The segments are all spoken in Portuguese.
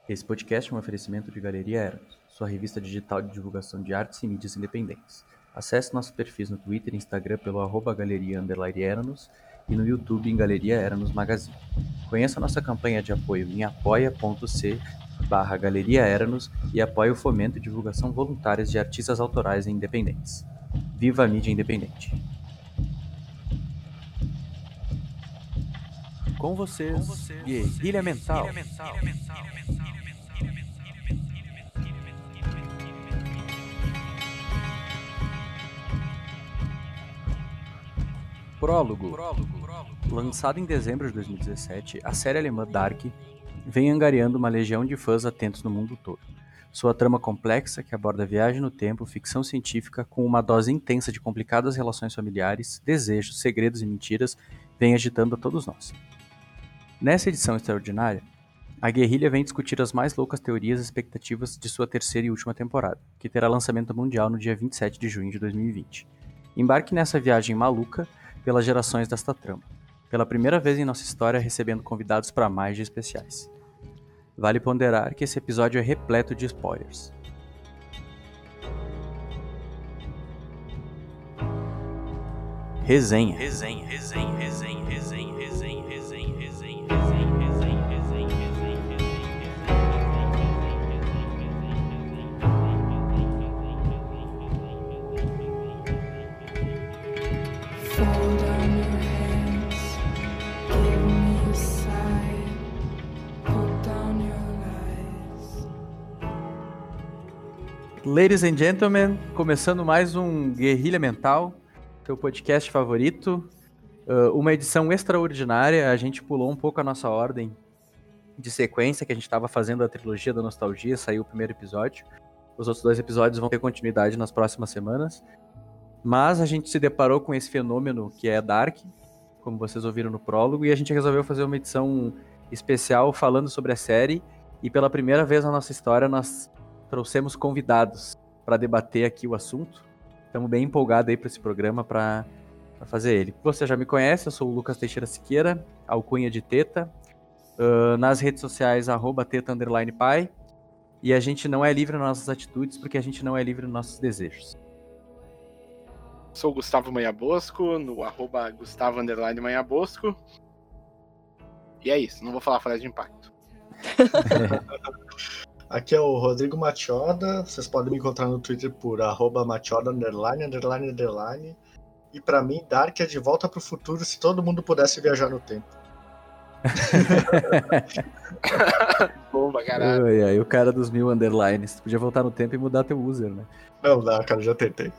Esse podcast é um oferecimento de Galeria Eranos, sua revista digital de divulgação de artes e mídias independentes. Acesse nossos perfis no Twitter e Instagram pelo @galeria_eranos e no YouTube em Galeria Eranos Magazine. Conheça nossa campanha de apoio em apoia.c/Galeria Eranos e apoie o fomento e divulgação voluntárias de artistas autorais e independentes. Viva a mídia independente! Com vocês, Guerrilha Mental. Prólogo. Lançada em dezembro de 2017, a série alemã Dark vem angariando uma legião de fãs atentos no mundo todo. Sua trama complexa, que aborda viagem no tempo, ficção científica, com uma dose intensa de complicadas relações familiares, desejos, segredos e mentiras, vem agitando a todos nós. Nessa edição extraordinária, a Guerrilha vem discutir as mais loucas teorias e expectativas de sua terceira e última temporada, que terá lançamento mundial no dia 27 de junho de 2020. Embarque nessa viagem maluca pelas gerações desta trama, pela primeira vez em nossa história recebendo convidados para mais de especiais. Vale ponderar que esse episódio é repleto de spoilers. Resenha. Ladies and gentlemen, começando mais um Guerrilha Mental, seu podcast favorito. Uma edição extraordinária, a gente pulou um pouco a nossa ordem de sequência, que a gente estava fazendo a trilogia da nostalgia, saiu o primeiro episódio. Os outros 2 episódios vão ter continuidade nas próximas semanas. Mas a gente se deparou com esse fenômeno que é Dark, como vocês ouviram no prólogo, e a gente resolveu fazer uma edição especial falando sobre a série. E pela primeira vez na nossa história, nós trouxemos convidados para debater aqui o assunto. Estamos bem empolgados aí para esse programa, para fazer ele. Você já me conhece, eu sou o Lucas Teixeira Siqueira, alcunha de Teta. Nas redes sociais, @teta_pai. E a gente não é livre nas nossas atitudes, porque a gente não é livre nos nossos desejos. Sou o Gustavo Manhabosco, no @Gustavo_Manhabosco. E é isso, não vou falar frase de impacto. Aqui é o Rodrigo Machioda, vocês podem me encontrar no Twitter por @Machioda__. E pra mim, Dark é de volta pro futuro se todo mundo pudesse viajar no tempo. Bomba, caralho. E aí o cara dos 1000 underlines. Tu podia voltar no tempo e mudar teu user, né? Não, cara, já tentei.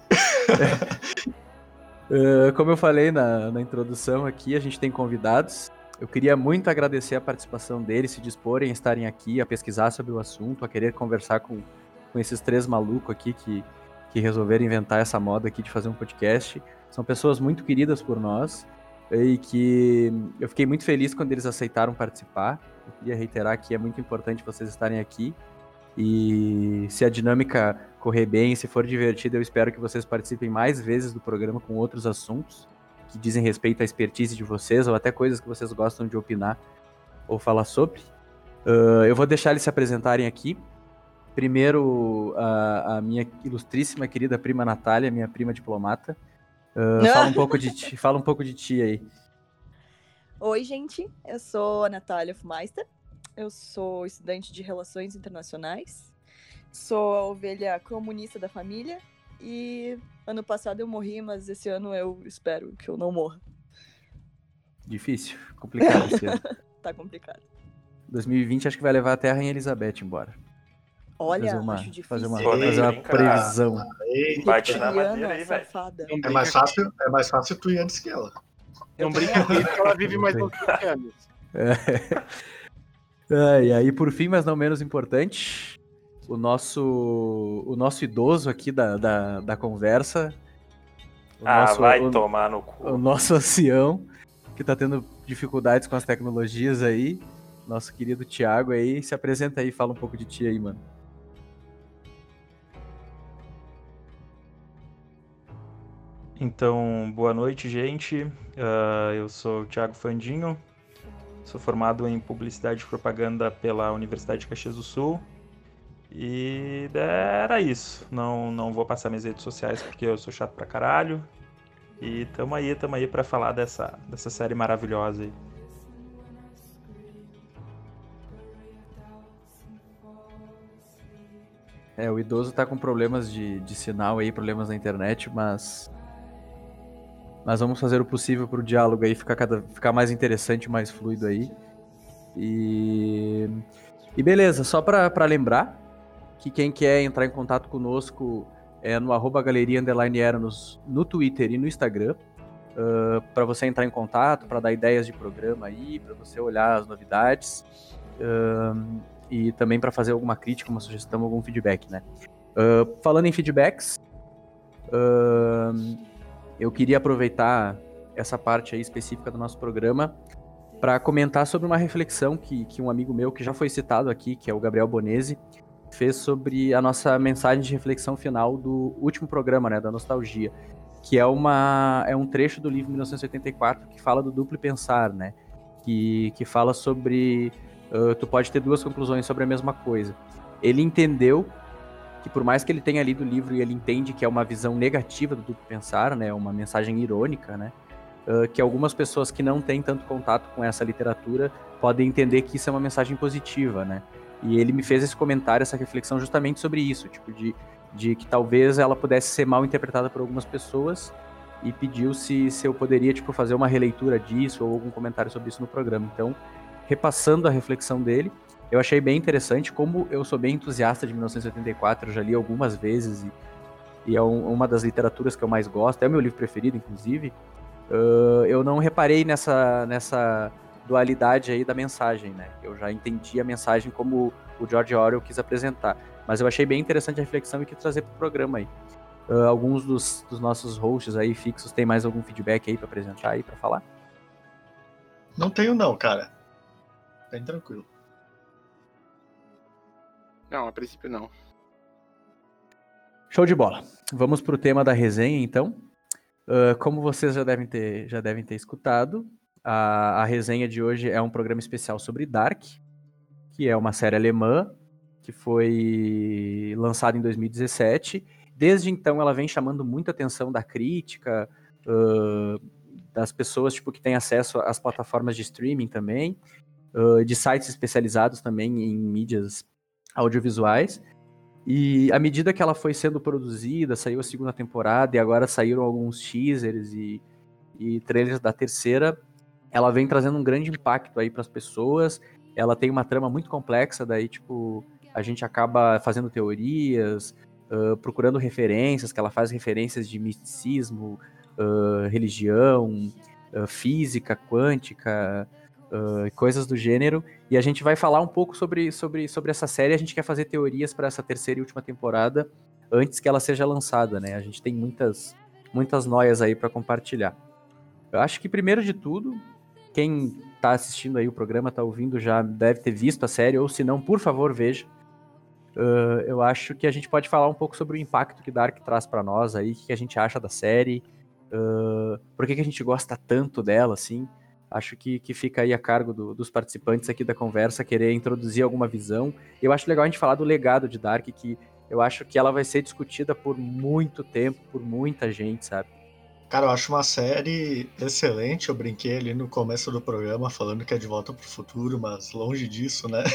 Como eu falei na introdução aqui, a gente tem convidados. Eu queria muito agradecer a participação deles, se disporem a estarem aqui, a pesquisar sobre o assunto, a querer conversar com esses 3 malucos aqui que resolveram inventar essa moda aqui de fazer um podcast. São pessoas muito queridas por nós e que eu fiquei muito feliz quando eles aceitaram participar. Eu queria reiterar que é muito importante vocês estarem aqui e se a dinâmica correr bem, se for divertido, eu espero que vocês participem mais vezes do programa com outros assuntos que dizem respeito à expertise de vocês ou até coisas que vocês gostam de opinar ou falar sobre. Eu vou deixar eles se apresentarem aqui. Primeiro, a minha ilustríssima querida prima Natália, minha prima diplomata. Fala um pouco de ti aí. Oi, gente. Eu sou a Natália Fumeister. Eu sou estudante de Relações Internacionais. Sou a ovelha comunista da família. E ano passado eu morri, mas esse ano eu espero que eu não morra. Difícil, complicado esse ano. Tá complicado. 2020 acho que vai levar até a Rainha Elizabeth embora. Olha, acho difícil. Fazer uma previsão. Bate na madeira aí, velho. É mais fácil tu ir antes que ela. Não brinca com isso que ela vive mais uns 20 anos. E aí, por fim, mas não menos importante, o nosso idoso aqui da conversa. Vai tomar no cu. O nosso ancião, que tá tendo dificuldades com as tecnologias aí. Nosso querido Thiago aí. Se apresenta aí, fala um pouco de ti aí, mano. Então, boa noite, gente. Eu sou o Thiago Fandinho. Sou formado em Publicidade e Propaganda pela Universidade de Caxias do Sul. E era isso. Não vou passar minhas redes sociais porque eu sou chato pra caralho. E tamo aí pra falar dessa série maravilhosa aí. O idoso tá com problemas de sinal aí, problemas na internet, mas vamos fazer o possível pro diálogo aí ficar mais interessante, mais fluido aí. E beleza, só pra lembrar que quem quer entrar em contato conosco é no @galeria_era no Twitter e no Instagram, para você entrar em contato, para dar ideias de programa aí, para você olhar as novidades, e também para fazer alguma crítica, uma sugestão, algum feedback, né? Falando em feedbacks, eu queria aproveitar essa parte aí específica do nosso programa para comentar sobre uma reflexão que um amigo meu, que já foi citado aqui, que é o Gabriel Bonesi, fez sobre a nossa mensagem de reflexão final do último programa, né, da Nostalgia, que é um trecho do livro 1984 que fala do duplo pensar, né, que fala sobre tu pode ter duas conclusões sobre a mesma coisa. Ele entendeu que por mais que ele tenha lido o livro e ele entende que é uma visão negativa do duplo pensar, né, uma mensagem irônica, né, que algumas pessoas que não têm tanto contato com essa literatura podem entender que isso é uma mensagem positiva, né. E ele me fez esse comentário, essa reflexão justamente sobre isso, tipo, de que talvez ela pudesse ser mal interpretada por algumas pessoas, e pediu se eu poderia, tipo, fazer uma releitura disso ou algum comentário sobre isso no programa. Então, repassando a reflexão dele, eu achei bem interessante. Como eu sou bem entusiasta de 1984, eu já li algumas vezes e é uma das literaturas que eu mais gosto, é o meu livro preferido, inclusive. Eu não reparei nessa dualidade aí da mensagem, né? Eu já entendi a mensagem como o George Orwell quis apresentar, mas eu achei bem interessante a reflexão e quis trazer pro programa aí. Alguns dos nossos hosts aí fixos tem mais algum feedback aí pra apresentar aí, pra falar? Não tenho não, cara. Bem tranquilo. Não, a princípio não. Show de bola. Vamos pro tema da resenha, então. Como vocês já devem ter escutado, a resenha de hoje é um programa especial sobre Dark, que é uma série alemã que foi lançada em 2017. Desde então ela vem chamando muita atenção da crítica, das pessoas, tipo, que têm acesso às plataformas de streaming também, de sites especializados também em mídias audiovisuais. E à medida que ela foi sendo produzida, saiu a segunda temporada e agora saíram alguns teasers e trailers da terceira, ela vem trazendo um grande impacto aí para as pessoas. Ela tem uma trama muito complexa, daí, tipo, a gente acaba fazendo teorias, procurando referências, que ela faz referências de misticismo, religião, física quântica, coisas do gênero, e a gente vai falar um pouco sobre essa série. A gente quer fazer teorias para essa terceira e última temporada antes que ela seja lançada, né? A gente tem muitas noias aí para compartilhar. Eu acho que, primeiro de tudo, quem tá assistindo aí o programa, tá ouvindo, já deve ter visto a série, ou se não, por favor, veja. Eu acho que a gente pode falar um pouco sobre o impacto que Dark traz para nós aí, o que a gente acha da série, por que a gente gosta tanto dela, assim. Acho que fica aí a cargo dos participantes aqui da conversa querer introduzir alguma visão. Eu acho legal a gente falar do legado de Dark, que eu acho que ela vai ser discutida por muito tempo, por muita gente, sabe? Cara, eu acho uma série excelente. Eu brinquei ali no começo do programa falando que é De Volta pro Futuro, mas longe disso, né?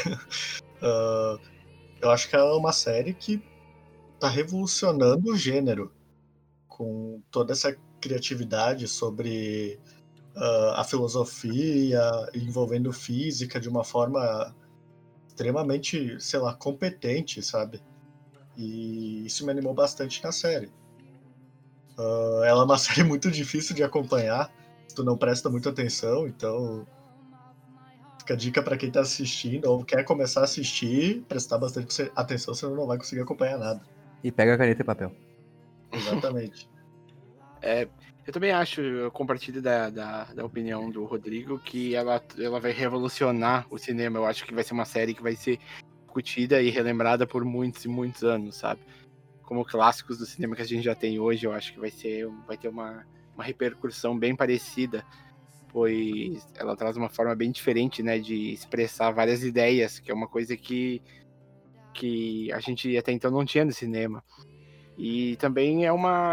Eu acho que é uma série que tá revolucionando o gênero, com toda essa criatividade sobre a filosofia, envolvendo física de uma forma extremamente, sei lá, competente, sabe? E isso me animou bastante na série. Ela é uma série muito difícil de acompanhar, se tu não presta muita atenção, então fica a dica pra quem tá assistindo ou quer começar a assistir, prestar bastante atenção, senão não vai conseguir acompanhar nada. E pega a caneta e papel. Exatamente. Eu também acho, eu compartilho da opinião do Rodrigo, que ela vai revolucionar o cinema. Eu acho que vai ser uma série que vai ser discutida e relembrada por muitos e muitos anos, sabe? Como clássicos do cinema que a gente já tem hoje, eu acho que vai ter uma repercussão bem parecida pois ela traz uma forma bem diferente, né, de expressar várias ideias, que é uma coisa que a gente até então não tinha no cinema. E também é uma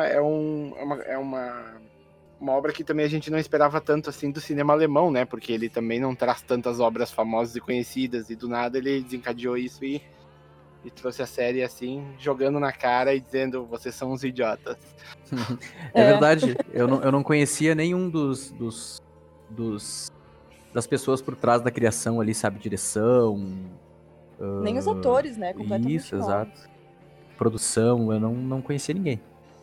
obra que também a gente não esperava tanto assim do cinema alemão, né? Porque ele também não traz tantas obras famosas e conhecidas, e do nada ele desencadeou isso e trouxe a série assim, jogando na cara e dizendo, vocês são uns idiotas. É verdade, eu não conhecia nenhum das pessoas por trás da criação ali, sabe? Direção. Nem os atores, né? Completamente Isso, novos. exato. Produção, eu não conhecia ninguém.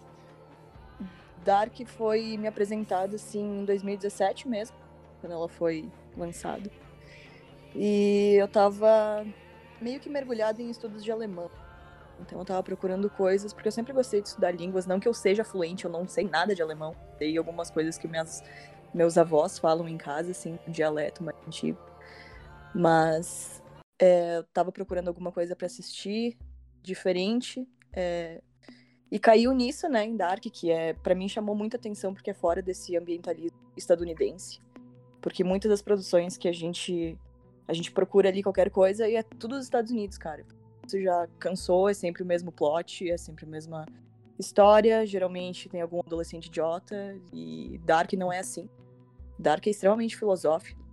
Dark foi me apresentado assim em 2017 mesmo, quando ela foi lançada. E eu tava meio que mergulhada em estudos de alemão. Então eu tava procurando coisas, porque eu sempre gostei de estudar línguas, não que eu seja fluente, eu não sei nada de alemão. Sei algumas coisas que meus avós falam em casa, assim, um dialeto mais antigo. Mas eu tava procurando alguma coisa pra assistir, diferente, e caiu nisso, né, em Dark, que pra mim chamou muita atenção, porque é fora desse ambientalismo estadunidense. Porque muitas das produções que a gente procura ali qualquer coisa e é tudo dos Estados Unidos, cara. Isso já cansou, é sempre o mesmo plot, é sempre a mesma história, geralmente tem algum adolescente idiota, e Dark não é assim. Dark é extremamente filosófico,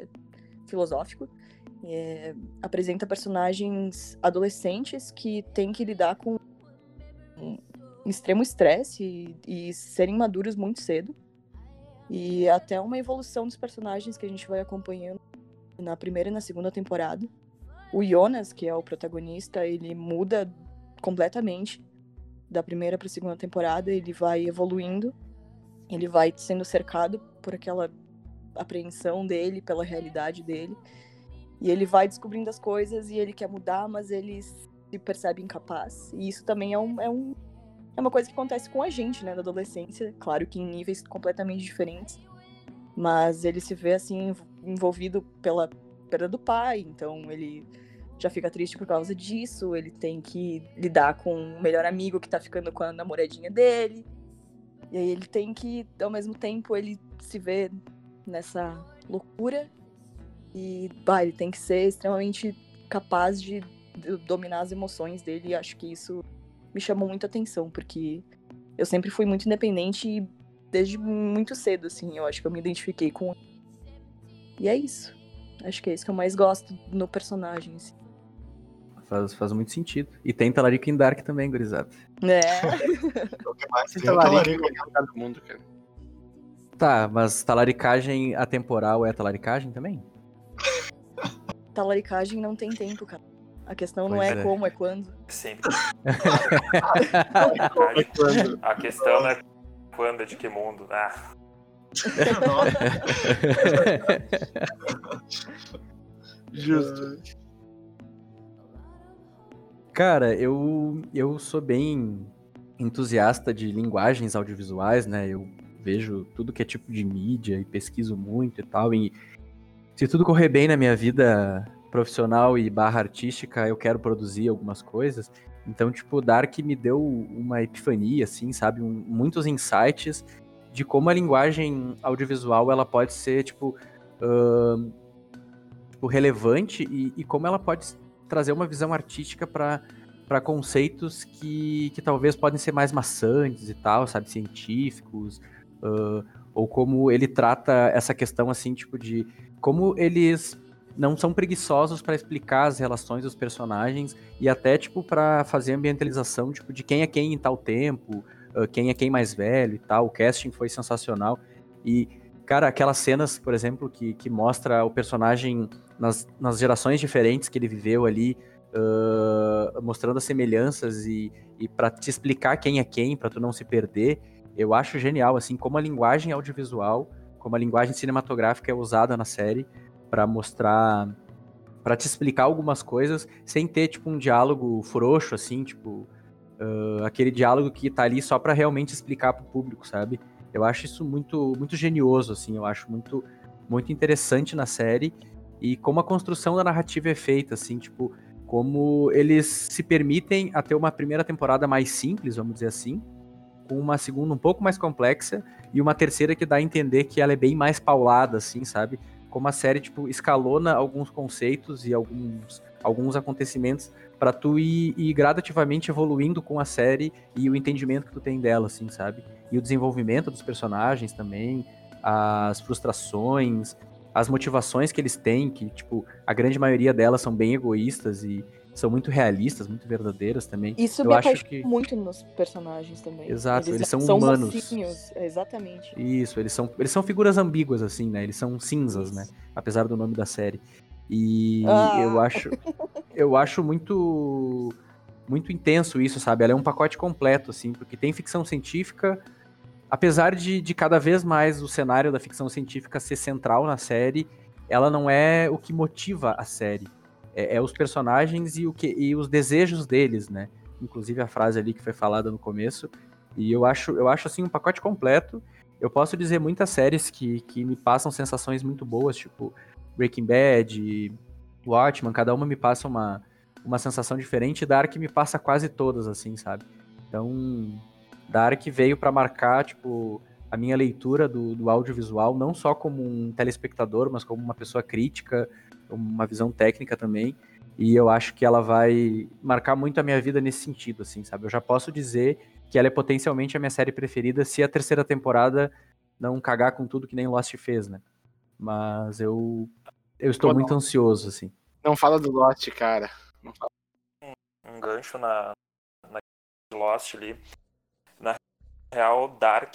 apresenta personagens adolescentes que têm que lidar com um extremo estresse e serem maduros muito cedo. E até uma evolução dos personagens que a gente vai acompanhando na primeira e na segunda temporada. O Jonas, que é o protagonista, ele muda completamente da primeira para a segunda temporada. Ele vai evoluindo, ele vai sendo cercado por aquela apreensão dele, pela realidade dele. E ele vai descobrindo as coisas e ele quer mudar, mas ele se percebe incapaz. E isso também é uma coisa que acontece com a gente, né, na adolescência. Claro que em níveis completamente diferentes. Mas ele se vê, assim, envolvido pela perda do pai. Então ele já fica triste por causa disso. Ele tem que lidar com o melhor amigo que tá ficando com a namoradinha dele. E aí ele tem que, ao mesmo tempo, ele se vê nessa loucura. E ele tem que ser extremamente capaz de dominar as emoções dele. E acho que isso me chamou muita atenção, porque eu sempre fui muito independente e desde muito cedo, assim, eu acho que eu me identifiquei com. E é isso. Acho que é isso que eu mais gosto no personagem, assim. Faz muito sentido. E tem talarico em Dark também, gurizada. O que mais tem talarico é do mundo, cara. Tá, mas talaricagem atemporal é talaricagem também? Talaricagem não tem tempo, cara. A questão não Pois é como, é quando. Sempre. A questão não é quando, é de que mundo. Justo. Cara, eu sou bem entusiasta de linguagens audiovisuais, né? Eu vejo tudo que é tipo de mídia e pesquiso muito e tal. E se tudo correr bem na minha vida profissional e / artística, eu quero produzir algumas coisas. Então, tipo, Dark me deu uma epifania, assim, sabe? Muitos insights de como a linguagem audiovisual ela pode ser, tipo, relevante e como ela pode trazer uma visão artística para conceitos que talvez podem ser mais maçantes e tal, sabe? Científicos, ou como ele trata essa questão, assim, tipo, de como eles não são preguiçosos para explicar as relações dos personagens e até, tipo, para fazer ambientalização, tipo, de quem é quem em tal tempo, quem é quem mais velho e tal. O casting foi sensacional. E, cara, aquelas cenas, por exemplo, que mostra o personagem nas gerações diferentes que ele viveu ali, mostrando as semelhanças e para te explicar quem é quem, para tu não se perder, eu acho genial, assim, como a linguagem audiovisual, como a linguagem cinematográfica é usada na série para mostrar, para te explicar algumas coisas sem ter, tipo, um diálogo frouxo, assim, tipo, aquele diálogo que tá ali só para realmente explicar pro público, sabe? Eu acho isso muito, muito genioso, assim, eu acho muito, muito interessante na série e como a construção da narrativa é feita, assim, tipo, como eles se permitem a ter uma primeira temporada mais simples, vamos dizer assim, com uma segunda um pouco mais complexa e uma terceira que dá a entender que ela é bem mais paulada, assim, sabe? Como a série, tipo, escalona alguns conceitos e alguns acontecimentos pra tu ir gradativamente evoluindo com a série e o entendimento que tu tem dela, assim, sabe? E o desenvolvimento dos personagens também, as frustrações, as motivações que eles têm, que, tipo, a grande maioria delas são bem egoístas e são muito realistas, muito verdadeiras também. Isso Eu me acho apaixona que... muito nos personagens também. Exato, eles são são humanos. mocinhos, exatamente. Isso, eles são figuras ambíguas, assim, né? Eles são cinzas, né? Apesar do nome da série. E eu acho muito intenso isso, sabe? Ela é um pacote completo, assim, porque tem ficção científica, apesar de cada vez mais o cenário da ficção científica ser central na série, ela não é o que motiva a série. É os personagens e os desejos deles, né? Inclusive a frase ali que foi falada no começo. E eu acho assim, um pacote completo. Eu posso dizer muitas séries que me passam sensações muito boas, tipo Breaking Bad, Watchmen, cada uma me passa uma sensação diferente. Dark me passa quase todas, assim, sabe? Então, Dark veio pra marcar, tipo, a minha leitura do audiovisual, não só como um telespectador, mas como uma pessoa crítica, uma visão técnica também. E eu acho que ela vai marcar muito a minha vida nesse sentido, assim, sabe? Eu já posso dizer que ela é potencialmente a minha série preferida se a terceira temporada não cagar com tudo que nem Lost fez, né? Mas eu estou Pô, muito ansioso, assim. Não fala do Lost, cara. Não fala. Um gancho na Lost ali. Na real, Dark,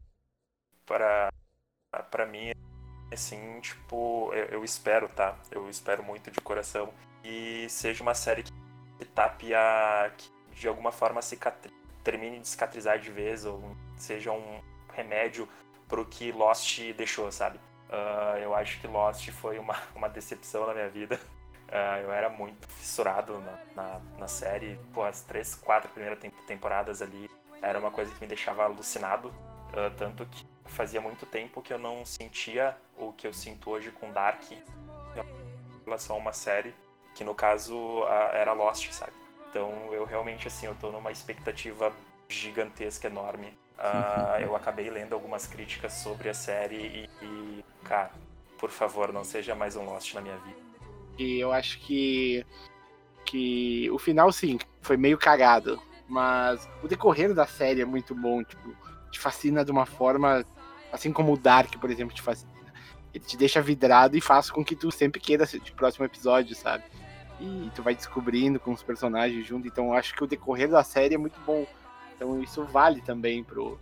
pra mim, assim, tipo, eu espero, tá? Eu espero muito de coração. E seja uma série que tape que de alguma forma termine de cicatrizar de vez, ou seja um remédio pro que Lost deixou, sabe? Eu acho que Lost foi uma decepção na minha vida. Eu era muito fissurado na série. Pô, as 3, 4 primeiras temporadas ali era uma coisa que me deixava alucinado. Tanto que fazia muito tempo que eu não sentia o que eu sinto hoje com Dark em relação a uma série que, no caso, era Lost, sabe? Então, eu realmente, assim, eu tô numa expectativa gigantesca, enorme. Eu acabei lendo algumas críticas sobre a série e, cara, por favor, não seja mais um Lost na minha vida. E eu acho que o final, sim, foi meio cagado. Mas o decorrer da série é muito bom, tipo, te fascina de uma forma, assim como o Dark, por exemplo, te fascina. Ele te deixa vidrado e faz com que tu sempre queira assistir o próximo episódio, sabe? E tu vai descobrindo com os personagens junto. Então eu acho que o decorrer da série é muito bom. Então isso vale também pro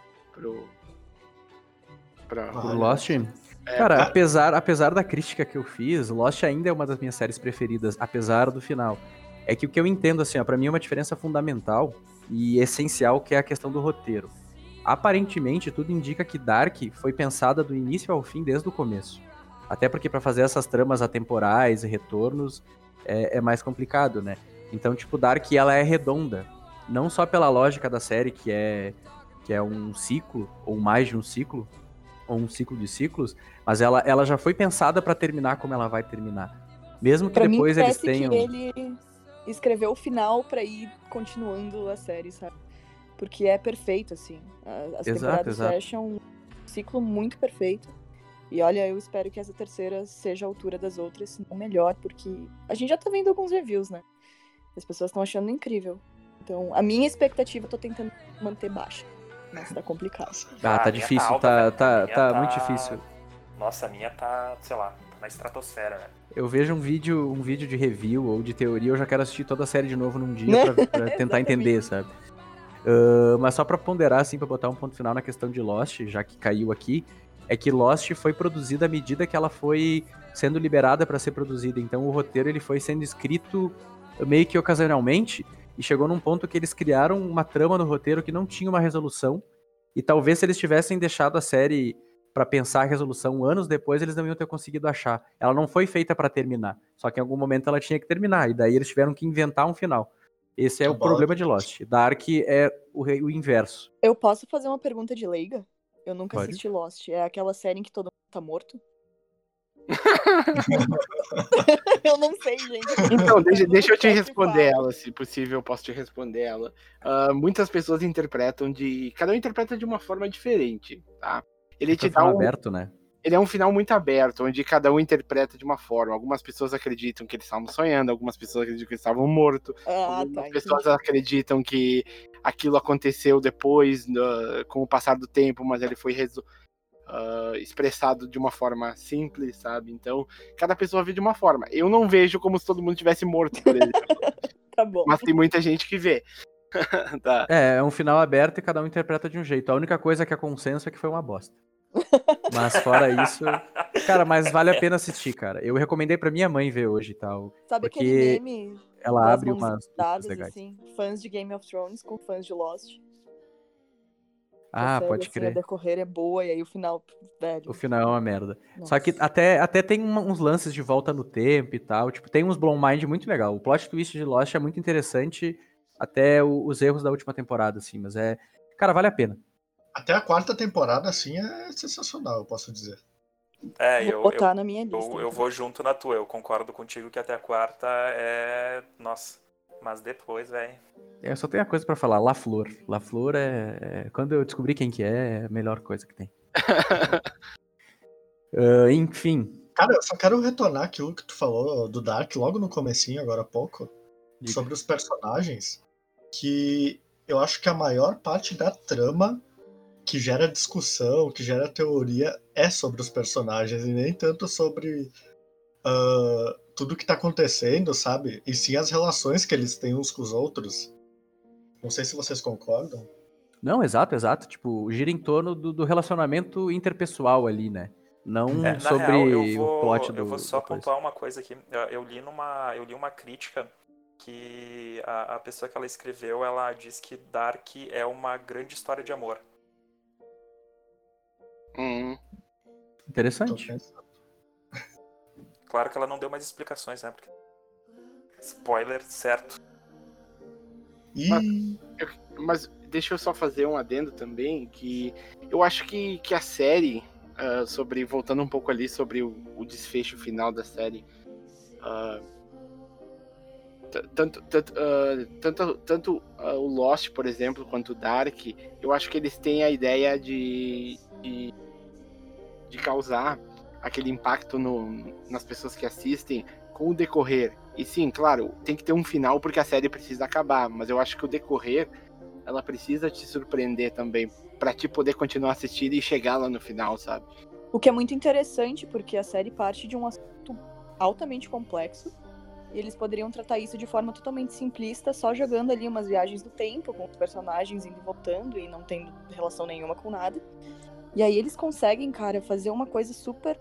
Lost? Cara, apesar da crítica que eu fiz, Lost ainda é uma das minhas séries preferidas, apesar do final. É que o que eu entendo, assim, ó, pra mim é uma diferença fundamental e essencial, que é a questão do roteiro. Aparentemente, tudo indica que Dark foi pensada do início ao fim, desde o começo. Até porque pra fazer essas tramas atemporais e retornos é mais complicado, né? Então, tipo, Dark, ela é redonda. Não só pela lógica da série, que é um ciclo, ou mais de um ciclo, ou um ciclo de ciclos, mas ela já foi pensada pra terminar como ela vai terminar. Mesmo que Pra mim, depois eles parece tenham... que ele escreveu o final pra ir continuando a série, sabe? Porque é perfeito, assim. As temporadas fecham um ciclo muito perfeito. E olha, eu espero que essa terceira seja a altura das outras, se não melhor, porque a gente já tá vendo alguns reviews, né? As pessoas estão achando incrível. Então, a minha expectativa eu tô tentando manter baixa. Mas tá complicado. Tá difícil, alta, tá muito difícil. Nossa, a minha tá, sei lá, na estratosfera, né? Eu vejo um vídeo de review ou de teoria, eu já quero assistir toda a série de novo num dia pra tentar entender, sabe? Mas só pra ponderar, assim, pra botar um ponto final na questão de Lost, já que caiu aqui, é que Lost foi produzida à medida que ela foi sendo liberada pra ser produzida. Então o roteiro ele foi sendo escrito meio que ocasionalmente, e chegou num ponto que eles criaram uma trama no roteiro que não tinha uma resolução, e talvez se eles tivessem deixado a série pra pensar a resolução anos depois, eles não iam ter conseguido achar. Ela não foi feita pra terminar, só que em algum momento ela tinha que terminar, e daí eles tiveram que inventar um final. Esse é o problema de Lost. Dark é o inverso. Eu posso fazer uma pergunta de leiga? Eu nunca Pode. assisti Lost. É aquela série em que todo mundo tá morto? Eu não sei, gente. Então, deixa eu te Pode responder falar. ela, se possível, eu posso te responder ela. Muitas pessoas interpretam cada um interpreta de uma forma diferente, tá? Ele te Foi dá final aberto, né? Ele é um final muito aberto, onde cada um interpreta de uma forma. Algumas pessoas acreditam que eles estavam sonhando, algumas pessoas acreditam que eles estavam mortos, algumas pessoas acreditam que aquilo aconteceu depois, com o passar do tempo, mas ele foi expressado de uma forma simples, sabe? Então, cada pessoa vê de uma forma. Eu não vejo como se todo mundo tivesse morto, por exemplo. Tá bom. Mas tem muita gente que vê. Tá. É um final aberto e cada um interpreta de um jeito. A única coisa que é consenso é que foi uma bosta. Mas fora isso... Cara, mas vale a pena assistir, cara. Eu recomendei pra minha mãe ver hoje e tal. Sabe porque aquele meme ela das abre mãozinhas umas dadas, legais. assim? Fãs de Game of Thrones com fãs de Lost. Ah, A série, pode assim, a crer. decorrer é boa, e aí o final, velho. O final é uma merda. Nossa. Só que até tem uns lances de volta no tempo e tal. Tipo, tem uns blow mind muito legal. O plot twist de Lost é muito interessante, até os erros da última temporada, assim. Mas cara, vale a pena. Até a 4ª temporada, assim, é sensacional, eu posso dizer. Vou botar na minha lista. Eu então. vou junto na tua. Eu concordo contigo que até a 4ª é... Nossa. Mas depois, velho... Eu só tenho uma coisa pra falar. La Flor. La Flor quando eu descobri quem que é a melhor coisa que tem. Enfim. Cara, eu só quero retornar aquilo que tu falou do Dark logo no comecinho, agora há pouco, Diga. sobre os personagens, que eu acho que a maior parte da trama que gera discussão, que gera teoria, é sobre os personagens, e nem tanto sobre tudo que tá acontecendo, sabe? E sim as relações que eles têm uns com os outros. Não sei se vocês concordam. Não, exato. Tipo, gira em torno do relacionamento interpessoal ali, né? Não Na sobre real, o plot do... eu vou só da coisa. pontuar uma coisa aqui. Eu li uma crítica que a pessoa que ela escreveu, ela diz que Dark é uma grande história de amor. Interessante. Claro que ela não deu mais explicações, né? Porque... Spoiler, certo. Mas deixa eu só fazer um adendo também, que eu acho que a série, voltando um pouco ali sobre o desfecho final da série, tanto o Lost, por exemplo, quanto o Dark, eu acho que eles têm a ideia de causar aquele impacto nas pessoas que assistem com o decorrer. E sim, claro, tem que ter um final porque a série precisa acabar, mas eu acho que o decorrer, ela precisa te surpreender também, pra te poder continuar assistindo e chegar lá no final, sabe? O que é muito interessante, porque a série parte de um assunto altamente complexo, e eles poderiam tratar isso de forma totalmente simplista, só jogando ali umas viagens do tempo, com os personagens indo e voltando, e não tendo relação nenhuma com nada. E aí eles conseguem, cara, fazer uma coisa super...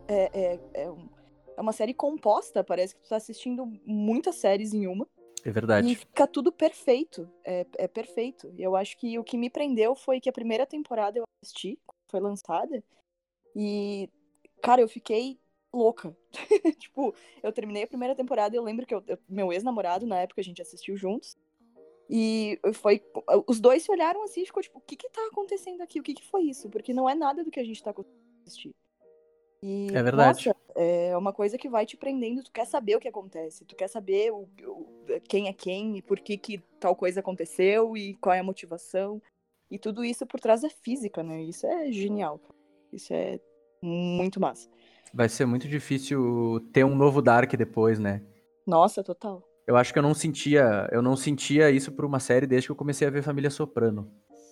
É uma série composta, parece que tu tá assistindo muitas séries em uma. É verdade. E fica tudo perfeito, é perfeito. E eu acho que o que me prendeu foi que a primeira temporada eu assisti, foi lançada, e, cara, eu fiquei louca. Tipo, eu terminei a primeira temporada e eu lembro que meu ex-namorado, na época, a gente assistiu juntos, e os dois se olharam assim e ficou tipo, o que tá acontecendo aqui? O que foi isso? Porque não é nada do que a gente tá acostumado a assistir. E, É verdade. nossa, é uma coisa que vai te prendendo, tu quer saber o que acontece, tu quer saber quem é quem e por que tal coisa aconteceu e qual é a motivação. E tudo isso por trás da física, né? Isso é genial. Isso é muito massa. Vai ser muito difícil ter um novo Dark depois, né? Nossa, total. Eu acho que eu não sentia isso por uma série desde que eu comecei a ver Família Soprano.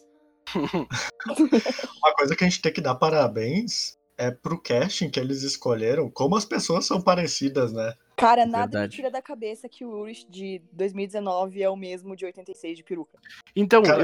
Uma coisa que a gente tem que dar parabéns é pro casting que eles escolheram, como as pessoas são parecidas, né? Cara, nada me Verdade. tira da cabeça que o Ulrich de 2019 é o mesmo de 86 de peruca. Então, Cara,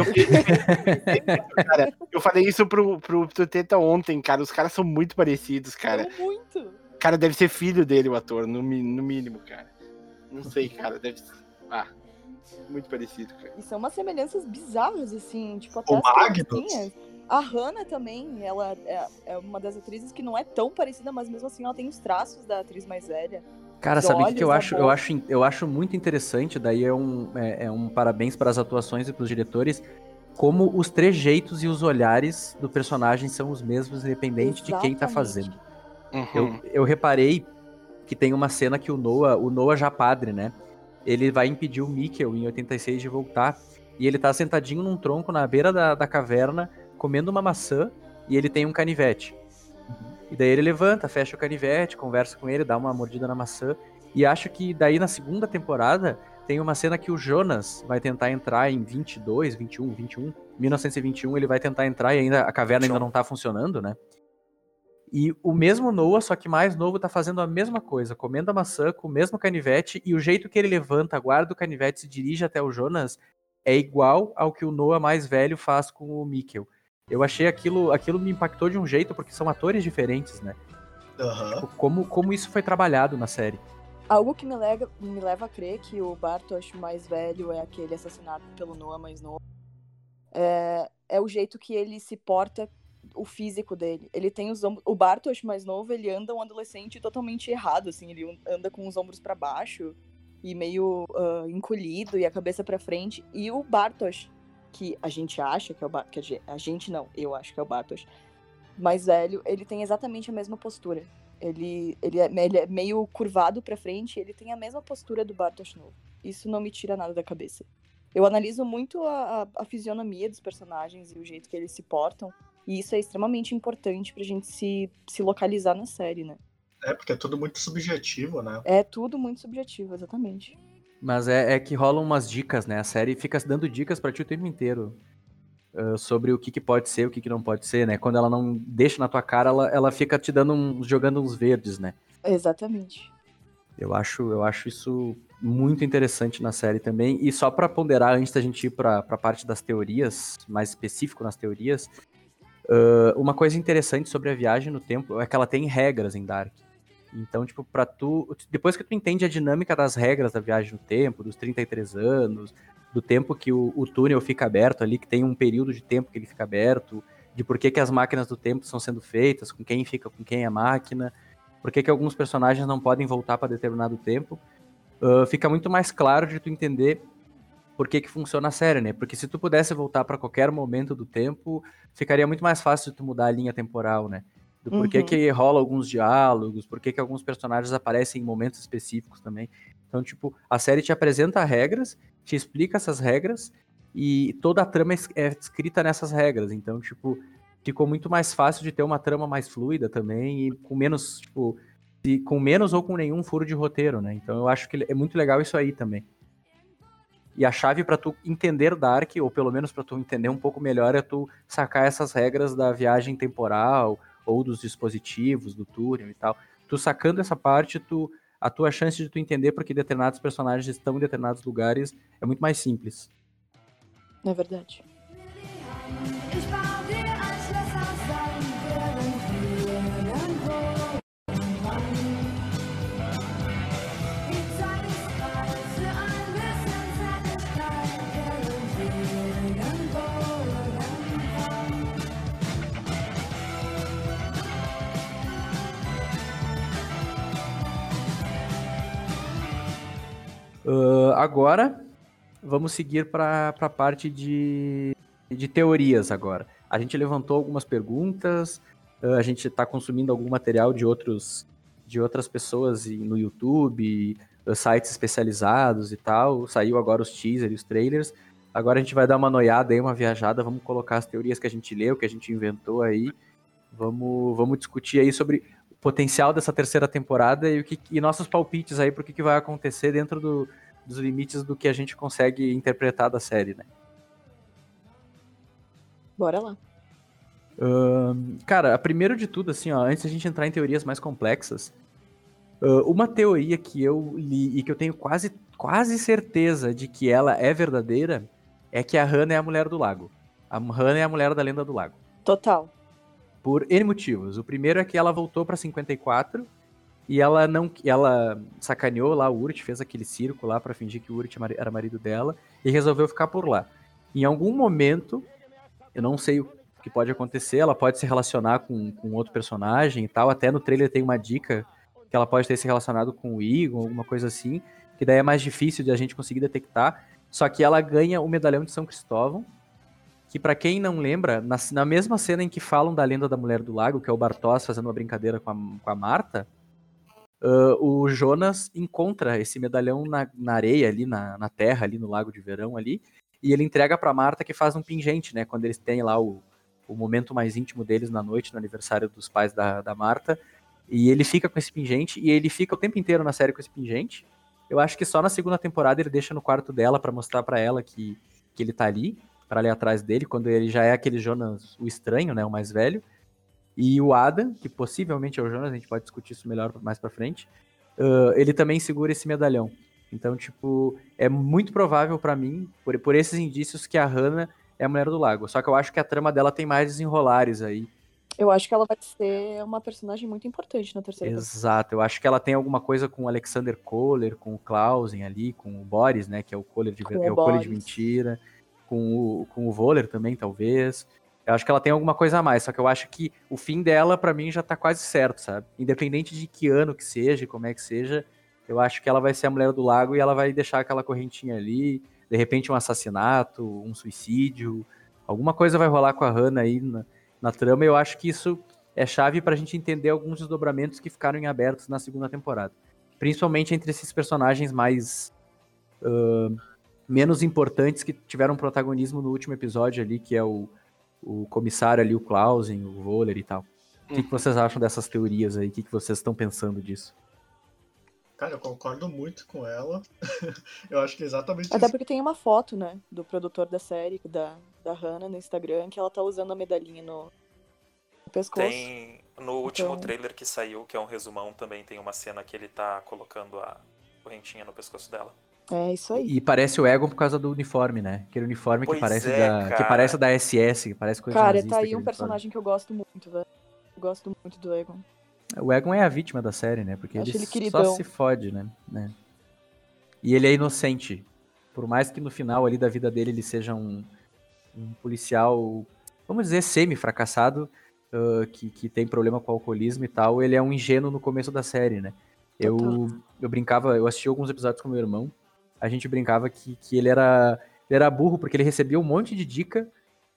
eu falei isso pro Teta ontem, cara. Os caras são muito parecidos, cara. São muito. Cara, deve ser filho dele, o ator, no mínimo, cara. Não sei, cara, deve ser... muito parecido, cara. E são umas semelhanças bizarras, assim, tipo, até O as Magnus. criancinhas. A Hannah também, ela é uma das atrizes que não é tão parecida, mas mesmo assim ela tem os traços da atriz mais velha. Cara, Os sabe o que eu olhos, a acho? boca. Eu acho muito interessante, daí é um parabéns para as atuações e para os diretores, como os trejeitos e os olhares do personagem são os mesmos, independente de quem tá Exatamente. fazendo. Eu reparei que tem uma cena que o Noah já padre, né? Ele vai impedir o Mikkel em 86 de voltar. E ele tá sentadinho num tronco na beira da caverna, comendo uma maçã, e ele tem um canivete. E daí ele levanta, fecha o canivete, conversa com ele, dá uma mordida na maçã. E acho que daí na segunda temporada tem uma cena que o Jonas vai tentar entrar em 1921, ele vai tentar entrar e ainda a caverna ainda não tá funcionando, né? E o mesmo Noah, só que mais novo, tá fazendo a mesma coisa, comendo a maçã com o mesmo canivete, e o jeito que ele levanta, guarda o canivete e se dirige até o Jonas é igual ao que o Noah mais velho faz com o Mikkel. Eu achei aquilo me impactou de um jeito, porque são atores diferentes, né? Tipo, como isso foi trabalhado na série. Algo que me leva a crer que o Bartosz mais velho é aquele assassinado pelo Noah mais novo. É o jeito que ele se porta, o físico dele. Ele tem os ombros... O Bartosz mais novo, ele anda um adolescente totalmente errado, assim. Ele anda com os ombros pra baixo e meio encolhido e a cabeça pra frente. E o Bartosz, que a gente acha que é o Bartosz... A gente não, eu acho que é o Bartosz mais velho, ele tem exatamente a mesma postura. Ele é meio curvado pra frente e ele tem a mesma postura do Bartosz novo. Isso não me tira nada da cabeça. Eu analiso muito a fisionomia dos personagens e o jeito que eles se portam. E isso é extremamente importante pra gente se localizar na série, né? Porque é tudo muito subjetivo, né? É tudo muito subjetivo, exatamente. Mas é que rolam umas dicas, né? A série fica dando dicas pra ti o tempo inteiro. Sobre o que pode ser, o que não pode ser, né? Quando ela não deixa na tua cara, ela fica te dando jogando uns verdes, né? Exatamente. Eu acho isso muito interessante na série também. E só pra ponderar, antes da gente ir pra parte das teorias, mais específico nas teorias, uma coisa interessante sobre a viagem no tempo é que ela tem regras em Dark. Então, tipo, depois que tu entende a dinâmica das regras da viagem no tempo, dos 33 anos, do tempo que o túnel fica aberto ali, que tem um período de tempo que ele fica aberto, de por que as máquinas do tempo estão sendo feitas, com quem fica com quem a máquina, por que alguns personagens não podem voltar para determinado tempo, fica muito mais claro de tu entender por que funciona a série, né? Porque se tu pudesse voltar para qualquer momento do tempo, ficaria muito mais fácil de tu mudar a linha temporal, né? Do porquê que rola alguns diálogos, por que alguns personagens aparecem em momentos específicos também. Então, tipo, a série te apresenta regras, te explica essas regras, e toda a trama é escrita nessas regras. Então, tipo, ficou muito mais fácil de ter uma trama mais fluida também, e com menos, tipo, com menos ou com nenhum furo de roteiro, né? Então eu acho que é muito legal isso aí também. E a chave pra tu entender Dark, ou pelo menos pra tu entender um pouco melhor, é tu sacar essas regras da viagem temporal, ou dos dispositivos, do túnel e tal. Tu sacando essa parte, a tua chance de tu entender porque determinados personagens estão em determinados lugares é muito mais simples. É verdade. Agora, vamos seguir para a parte de teorias agora. A gente levantou algumas perguntas, a gente está consumindo algum material de outras pessoas no YouTube, sites especializados e tal. Saiu agora os teasers e os trailers. Agora a gente vai dar uma noiada aí, uma viajada, vamos colocar as teorias que a gente leu, que a gente inventou aí. Vamos discutir aí sobre o potencial dessa terceira temporada e nossos palpites aí para o que vai acontecer dentro dos limites do que a gente consegue interpretar da série, né? Bora lá. Cara, primeiro de tudo, assim, ó, antes da gente entrar em teorias mais complexas, uma teoria que eu li e que eu tenho quase certeza de que ela é verdadeira é que a Hannah é a mulher do lago. A Hannah é a mulher da Lenda do Lago. Total. Por N motivos. O primeiro é que ela voltou pra 54 e ela sacaneou lá o Urt, fez aquele circo lá pra fingir que o Urt era marido dela e resolveu ficar por lá. Em algum momento, eu não sei o que pode acontecer, ela pode se relacionar com outro personagem e tal, até no trailer tem uma dica que ela pode ter se relacionado com o Egon, alguma coisa assim, que daí é mais difícil de a gente conseguir detectar, só que ela ganha o medalhão de São Cristóvão que pra quem não lembra, na mesma cena em que falam da lenda da Mulher do Lago, que é o Bartosz fazendo uma brincadeira com a Marta, o Jonas encontra esse medalhão na areia ali, na terra ali, no Lago de Verão ali, e ele entrega pra Marta, que faz um pingente, né, quando eles têm lá o momento mais íntimo deles na noite, no aniversário dos pais da Marta, e ele fica com esse pingente, e ele fica o tempo inteiro na série com esse pingente. Eu acho que só na segunda temporada ele deixa no quarto dela pra mostrar pra ela que ele tá ali, pra ir atrás dele, quando ele já é aquele Jonas, o estranho, né, o mais velho. E o Adam, que possivelmente é o Jonas, a gente pode discutir isso melhor mais pra frente, ele também segura esse medalhão. Então, tipo, é muito provável pra mim, por esses indícios, que a Hannah é a Mulher do Lago. Só que eu acho que a trama dela tem mais desenrolares aí. Eu acho que ela vai ser uma personagem muito importante na terceira temporada. Exato, eu acho que ela tem alguma coisa com o Alexander Kohler, com o Clausen ali, com o Boris, né, que é o Kohler de, Com o é o Kohler de Boris. mentira, com o Voller também, talvez. Eu acho que ela tem alguma coisa a mais, só que eu acho que o fim dela, pra mim, já tá quase certo, sabe? Independente de que ano que seja, como é que seja, eu acho que ela vai ser a Mulher do Lago e ela vai deixar aquela correntinha ali, de repente um assassinato, um suicídio, alguma coisa vai rolar com a Hannah aí na trama, e eu acho que isso é chave pra gente entender alguns desdobramentos que ficaram em abertos na segunda temporada. Principalmente entre esses personagens mais menos importantes que tiveram protagonismo no último episódio ali, que é o comissário ali, o Clausen, o Voller e tal. O que vocês acham dessas teorias aí? O que vocês estão pensando disso? Cara, eu concordo muito com ela. Eu acho que é exatamente Até isso. porque tem uma foto, né, do produtor da série, da Hannah, no Instagram, que ela tá usando a medalhinha no pescoço. Tem no último Então- trailer que saiu, que é um resumão, também tem uma cena que ele tá colocando a correntinha no pescoço dela. É isso aí. E parece o Egon por causa do uniforme, né? Aquele uniforme Pois que parece é, que parece da SS, que parece coisa Cara, nazista, tá aí aquele um uniforme. personagem que eu gosto muito, velho. Eu gosto muito do Egon. O Egon é a vítima da série, né? Porque Acho ele ele só queridão. se fode, né? E ele é inocente. Por mais que no final ali da vida dele ele seja um policial, vamos dizer, semi-fracassado, que tem problema com o alcoolismo e tal, ele é um ingênuo no começo da série, né? Eu brincava, eu assisti alguns episódios com meu irmão, a gente brincava que ele era burro porque ele recebia um monte de dica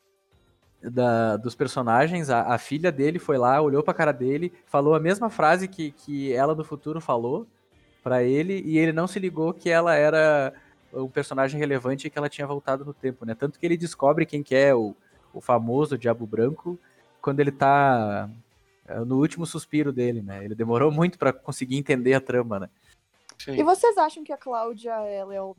dos personagens, a filha dele foi lá, olhou pra cara dele, falou a mesma frase que ela do futuro falou pra ele, e ele não se ligou que ela era um personagem relevante e que ela tinha voltado no tempo, né? Tanto que ele descobre quem que é o famoso Diabo Branco quando ele tá no último suspiro dele, né? Ele demorou muito pra conseguir entender a trama, né? Sim. E vocês acham que a Cláudia, ela é o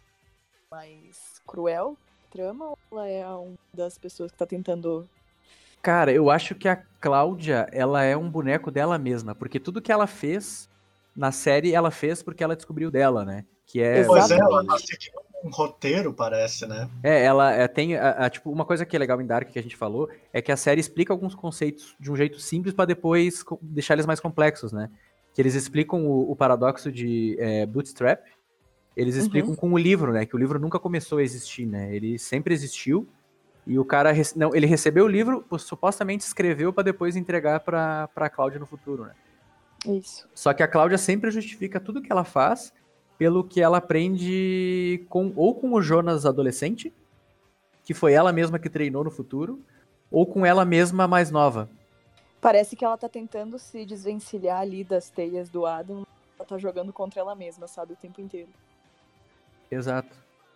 mais cruel da trama, ou ela é uma das pessoas que tá tentando... Cara, eu acho que a Cláudia, ela é um boneco dela mesma, porque tudo que ela fez na série, ela fez porque ela descobriu dela, né? Que é... Pois é, ela Exatamente. tá seguindo um roteiro, parece, né? ela tem, tipo, uma coisa que é legal em Dark que a gente falou, é que a série explica alguns conceitos de um jeito simples pra depois deixar eles mais complexos, né? Que eles explicam o paradoxo de Bootstrap, eles explicam com o livro, né? Que o livro nunca começou a existir, né? Ele sempre existiu, e o cara, não, ele recebeu o livro, supostamente escreveu pra depois entregar pra Cláudia no futuro, né? Isso. Só que a Cláudia sempre justifica tudo que ela faz pelo que ela aprende ou com o Jonas adolescente, que foi ela mesma que treinou no futuro, ou com ela mesma mais nova. Parece que ela tá tentando se desvencilhar ali das teias do Adam. Ela tá jogando contra ela mesma, sabe, o tempo inteiro. Exato.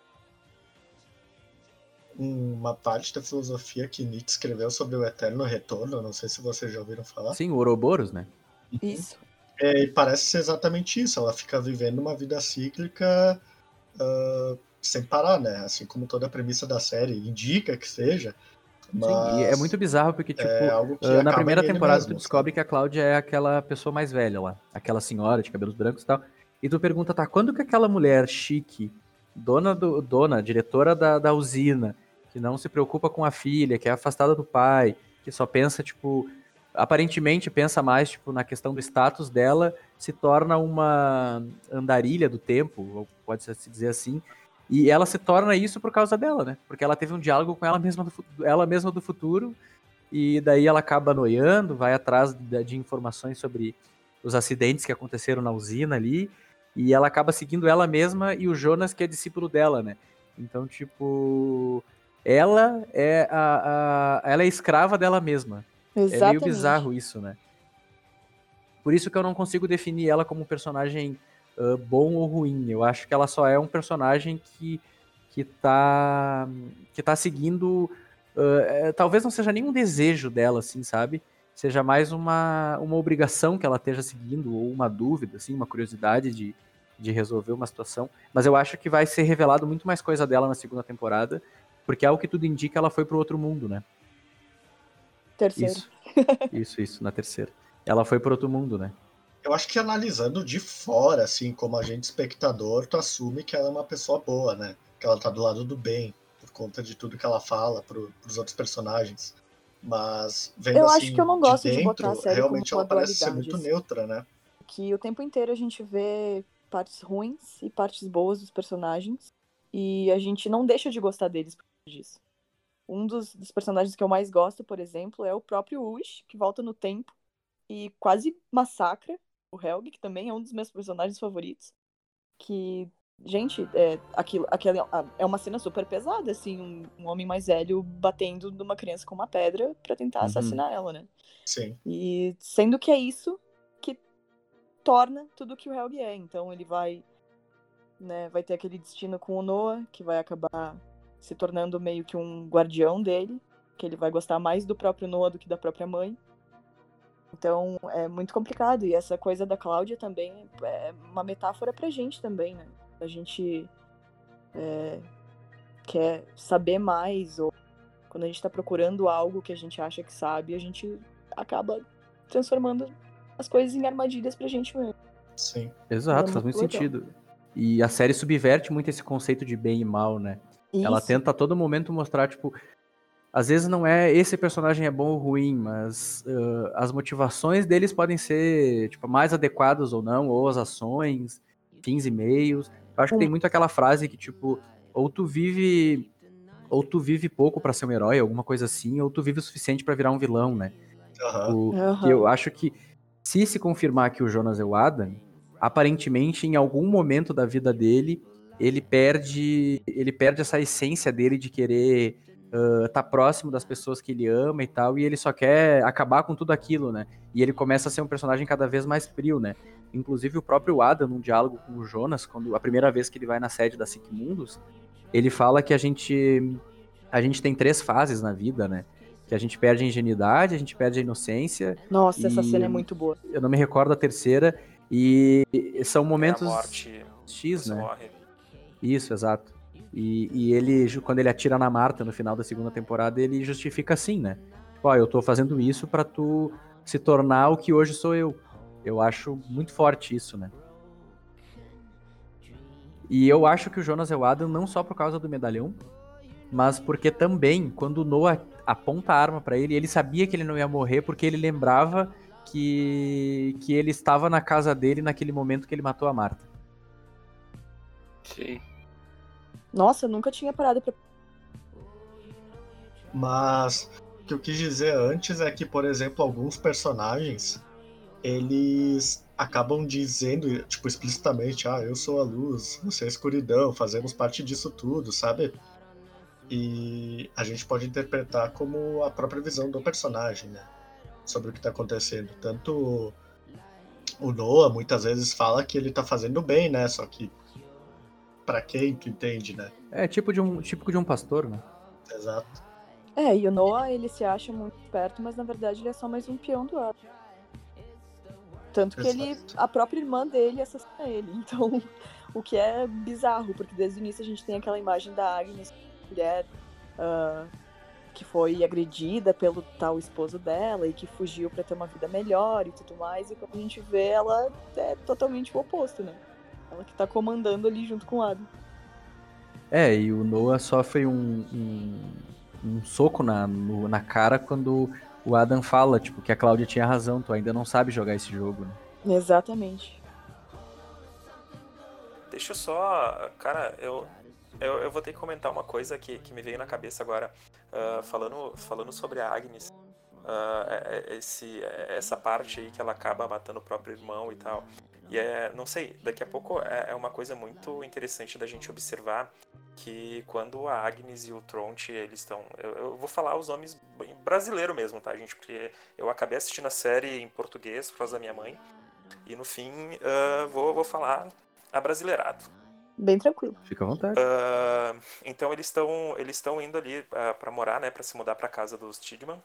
Uma parte da filosofia que Nietzsche escreveu sobre o eterno retorno, não sei se vocês já ouviram falar. Sim, o Ouroboros, né? Isso. E parece ser exatamente isso, ela fica vivendo uma vida cíclica sem parar, né? Assim como toda a premissa da série indica que seja. Mas Sim, e é muito bizarro porque, tipo, algo que na acaba primeira em ele temporada mesmo, tu descobre que a Cláudia é aquela pessoa mais velha lá, aquela senhora de cabelos brancos e tal, e tu pergunta, tá, quando que aquela mulher chique, diretora da usina, que não se preocupa com a filha, que é afastada do pai, que só pensa, tipo, aparentemente pensa mais, tipo, na questão do status dela, se torna uma andarilha do tempo, ou pode-se dizer assim, e ela se torna isso por causa dela, né? Porque ela teve um diálogo com ela mesma do futuro, e daí ela acaba noiando, vai atrás de informações sobre os acidentes que aconteceram na usina ali, e ela acaba seguindo ela mesma e o Jonas, que é discípulo dela, né? Então, tipo, ela é ela é escrava dela mesma. É meio Exatamente. bizarro isso, né? Por isso que eu não consigo definir ela como um personagem bom ou ruim. Eu acho que ela só é um personagem que tá seguindo... talvez não seja nenhum desejo dela, assim, sabe? Seja mais uma obrigação que ela esteja seguindo, ou uma dúvida, assim, uma curiosidade de resolver uma situação. Mas eu acho que vai ser revelado muito mais coisa dela na segunda temporada, porque ao que tudo indica, ela foi pro outro mundo, né? Terceiro. Isso, na terceira. Ela foi pro outro mundo, né? Eu acho que analisando de fora, assim, como agente espectador, tu assume que ela é uma pessoa boa, né? Que ela tá do lado do bem, por conta de tudo que ela fala pros outros personagens. Mas, vendo Eu assim, acho que eu não de gosto de botar a dentro, série como realmente uma ela parece ser dualidade, muito assim. neutra, né? Que o tempo inteiro a gente vê partes ruins e partes boas dos personagens. E a gente não deixa de gostar deles por causa disso. Um dos personagens que eu mais gosto, por exemplo, é o próprio Ush, que volta no tempo e quase massacra o Helg, que também é um dos meus personagens favoritos. Que, gente, é uma cena super pesada, assim, um homem mais velho batendo numa criança com uma pedra pra tentar assassinar ela, né? Sim. E sendo que é isso que torna tudo que o Helg é. Então ele vai ter aquele destino com o Noah, que vai acabar se tornando meio que um guardião dele, que ele vai gostar mais do próprio Noah do que da própria mãe. Então é muito complicado. E essa coisa da Cláudia também é uma metáfora pra gente também, né? A gente quer saber mais, ou quando a gente tá procurando algo que a gente acha que sabe, a gente acaba transformando as coisas em armadilhas pra gente mesmo. Sim. Exato, É faz muito muito legal. sentido. E a série subverte muito esse conceito de bem e mal, né? Ela Isso. tenta a todo momento mostrar, tipo, às vezes não é esse personagem é bom ou ruim, mas as motivações deles podem ser, tipo, mais adequadas ou não, ou as ações, fins e meios. Eu acho que tem muito aquela frase que, tipo, ou tu vive pouco pra ser um herói, alguma coisa assim, ou tu vive o suficiente pra virar um vilão, né? Aham. Que eu acho que se confirmar que o Jonas é o Adam, aparentemente em algum momento da vida dele, ele perde essa essência dele de querer tá próximo das pessoas que ele ama e tal, e ele só quer acabar com tudo aquilo, né? E ele começa a ser um personagem cada vez mais frio, né? Inclusive o próprio Adam, num diálogo com o Jonas, quando a primeira vez que ele vai na sede da Cinco Mundos, ele fala que a gente tem 3 fases na vida, né? Que a gente perde a ingenuidade, a gente perde a inocência. Nossa, essa cena é E muito boa. eu não me recordo a terceira. E são momentos É a morte, X, você né? morre. Isso, exato. E ele, quando ele atira na Marta no final da segunda temporada, ele justifica assim, né? Tipo, ó, eu tô fazendo isso pra tu se tornar o que hoje sou eu. Eu acho muito forte isso, né? E eu acho que o Jonas é o Adam não só por causa do medalhão, mas porque também, quando o Noah aponta a arma pra ele, ele sabia que ele não ia morrer porque ele lembrava que ele estava na casa dele naquele momento que ele matou a Marta. Sim. Nossa, eu nunca tinha parado pra... Mas o que eu quis dizer antes é que, por exemplo, alguns personagens, eles acabam dizendo, tipo, explicitamente, eu sou a luz, você é a escuridão, fazemos parte disso tudo, sabe? E a gente pode interpretar como a própria visão do personagem, né? Sobre o que tá acontecendo. Tanto o Noah muitas vezes fala que ele tá fazendo bem, né? Só que pra quem tu entende, né? É típico de um pastor, né? Exato. E o Noah, ele se acha muito esperto, mas na verdade ele é só mais um peão do Adam. Tanto que Exato. a própria irmã dele assassina ele. Então, o que é bizarro, porque desde o início a gente tem aquela imagem da Agnes, mulher que foi agredida pelo tal esposo dela e que fugiu pra ter uma vida melhor e tudo mais. E quando a gente vê, ela é totalmente o oposto, né? Ela que tá comandando ali junto com o Adam. E o Noah sofre um soco na cara quando o Adam fala, tipo, que a Cláudia tinha razão, tu ainda não sabe jogar esse jogo, né? Exatamente. Deixa eu só... Cara, eu vou ter que comentar uma coisa que me veio na cabeça agora. Falando sobre a Agnes. Essa parte aí que ela acaba matando o próprio irmão e tal. E não sei, daqui a pouco é uma coisa muito interessante da gente observar que quando a Agnes e o Tronte, eles estão... Eu vou falar os nomes brasileiro mesmo, tá, gente? Porque eu acabei assistindo a série em português por causa da minha mãe. E no fim, vou falar abrasileirado. Bem tranquilo. Fica à vontade. Então eles estão indo ali pra morar, né? Pra se mudar pra casa dos Tidman.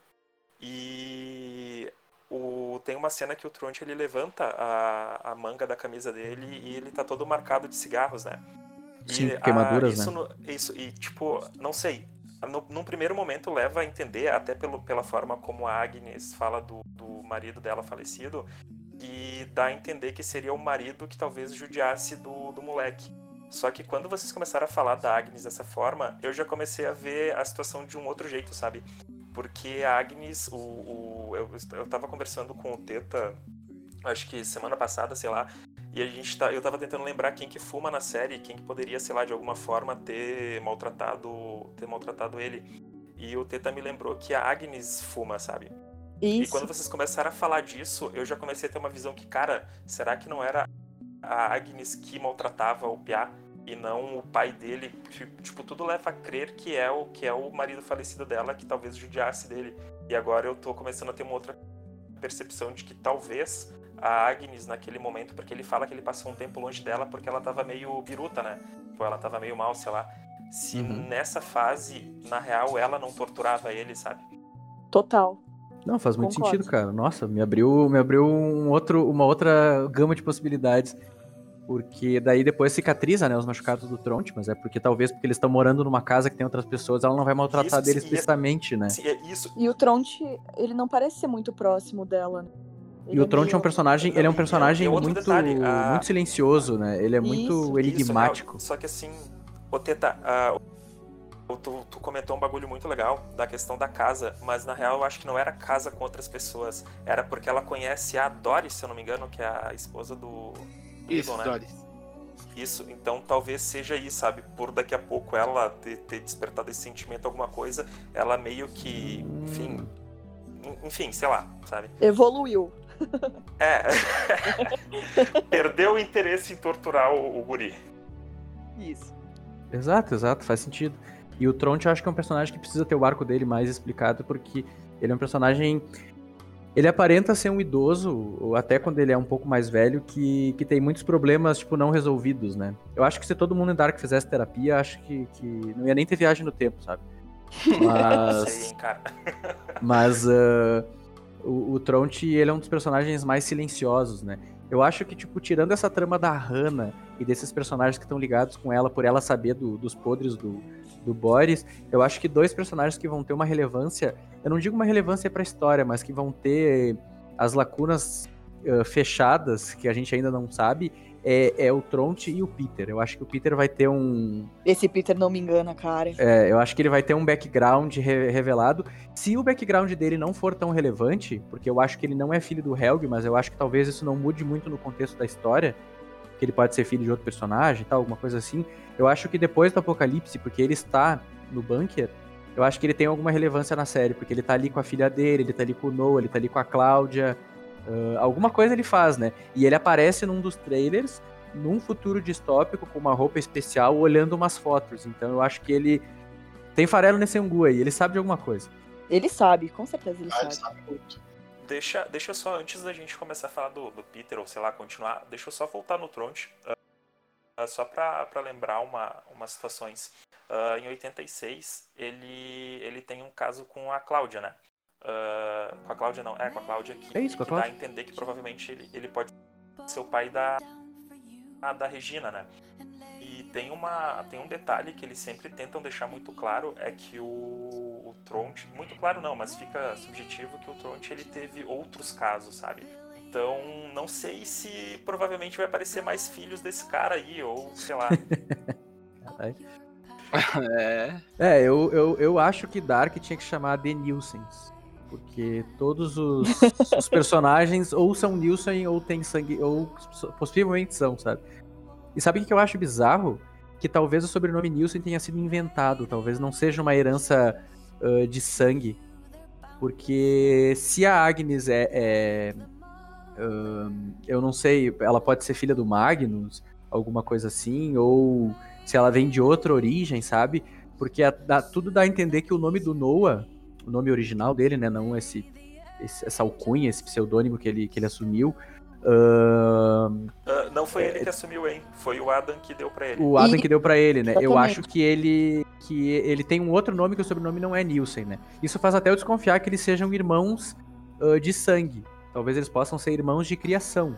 E tem uma cena que o Tronte, ele levanta a manga da camisa dele e ele tá todo marcado de cigarros, né? Sim, queimaduras, né? E tipo, não sei. Num primeiro momento leva a entender, até pela forma como a Agnes fala do marido dela falecido, e dá a entender que seria o marido que talvez judiasse do moleque. Só que quando vocês começaram a falar da Agnes dessa forma, eu já comecei a ver a situação de um outro jeito, sabe? Porque a Agnes, eu tava conversando com o Teta, acho que semana passada, sei lá, e eu tava tentando lembrar quem que fuma na série, quem que poderia, sei lá, de alguma forma ter maltratado ele. E o Teta me lembrou que a Agnes fuma, sabe? Isso. E quando vocês começaram a falar disso, eu já comecei a ter uma visão que, cara, será que não era a Agnes que maltratava o Piá e não o pai dele? Tipo, tudo leva a crer que é o marido falecido dela que talvez judiasse dele. E agora eu tô começando a ter uma outra percepção de que talvez a Agnes naquele momento, porque ele fala que ele passou um tempo longe dela porque ela tava meio biruta, né? Tipo, ela tava meio mal, sei lá. Se nessa fase, na real, ela não torturava ele, sabe? Total. Não, faz muito Concordo. sentido, cara. Nossa, me abriu uma outra gama de possibilidades. Porque daí depois cicatriza, né, os machucados do Tronte, mas é porque eles estão morando numa casa que tem outras pessoas, ela não vai maltratar deles explicitamente, né? Isso. E o Tronte, ele não parece ser muito próximo dela. E o Tronte é um personagem, ele é um personagem outro muito, detalhe, muito silencioso, né? Ele é muito Isso. enigmático. Só que assim, Teta, tu comentou um bagulho muito legal da questão da casa, mas na real eu acho que não era casa com outras pessoas, era porque ela conhece a Doris, se eu não me engano, que é a esposa do Isso, Egon, né? Doris. Isso, então talvez seja isso, sabe? Por daqui a pouco ela ter despertado esse sentimento, alguma coisa, ela meio que, enfim, sei lá, sabe? Evoluiu. Perdeu o interesse em torturar o guri. Isso. Exato, faz sentido. E o Tronte eu acho que é um personagem que precisa ter o arco dele mais explicado, porque ele é um personagem... Ele aparenta ser um idoso, ou até quando ele é um pouco mais velho, que tem muitos problemas, tipo, não resolvidos, né? Eu acho que se todo mundo em Dark fizesse terapia, acho que não ia nem ter viagem no tempo, sabe? Mas... Sei, hein, cara. Mas o Tronte, ele é um dos personagens mais silenciosos, né? Eu acho que, tipo, tirando essa trama da Hannah e desses personagens que estão ligados com ela, por ela saber dos podres do Boris, eu acho que dois personagens que vão ter uma relevância, eu não digo uma relevância pra história, mas que vão ter as lacunas fechadas, que a gente ainda não sabe, é o Tronte e o Peter. Eu acho que o Peter vai ter Esse Peter não me engana, cara. eu acho que ele vai ter um background revelado. Se o background dele não for tão relevante, porque eu acho que ele não é filho do Helg, mas eu acho que talvez isso não mude muito no contexto da história, que ele pode ser filho de outro personagem, tal, alguma coisa assim. Eu acho que depois do Apocalipse, porque ele está no bunker, eu acho que ele tem alguma relevância na série, porque ele tá ali com a filha dele, ele tá ali com o Noah, ele tá ali com a Cláudia, alguma coisa ele faz, né? E ele aparece num dos trailers, num futuro distópico, com uma roupa especial, olhando umas fotos. Então eu acho que ele tem farelo nesse angu aí, ele sabe de alguma coisa. Ele sabe, com certeza ele Ele sabe. sabe muito. Deixa eu só, antes da gente começar a falar do Peter, ou sei lá, continuar, deixa eu só voltar no Tronte, só pra lembrar umas situações. Em 86, ele tem um caso com a Cláudia, né? Com a Cláudia não, com a Cláudia que, É isso, com a que dá a Cláudia. entender que provavelmente ele pode ser o pai da Regina, né? E tem um detalhe que eles sempre tentam deixar muito claro, é que o Tronte, muito claro não, mas fica subjetivo que o Tronte ele teve outros casos, sabe? Então, não sei se provavelmente vai aparecer mais filhos desse cara aí, ou sei lá. Eu acho que Dark tinha que chamar The Nilsens, porque todos os personagens ou são Nilsen ou tem sangue, ou possivelmente são, sabe? E sabe o que eu acho bizarro? Que talvez o sobrenome Nilsen tenha sido inventado, talvez não seja uma herança de sangue, porque se a Agnes eu não sei, ela pode ser filha do Magnus, alguma coisa assim, ou se ela vem de outra origem, sabe? Porque tudo dá a entender que o nome do Noah, o nome original dele, né, não essa alcunha, esse pseudônimo que ele assumiu. Não foi ele que assumiu, hein? Foi o Adam que deu pra ele. O Adam que deu pra ele, né? Eu Exatamente. acho que ele tem um outro nome que o sobrenome não é Nielsen, né? Isso faz até eu desconfiar que eles sejam irmãos de sangue. Talvez eles possam ser irmãos de criação.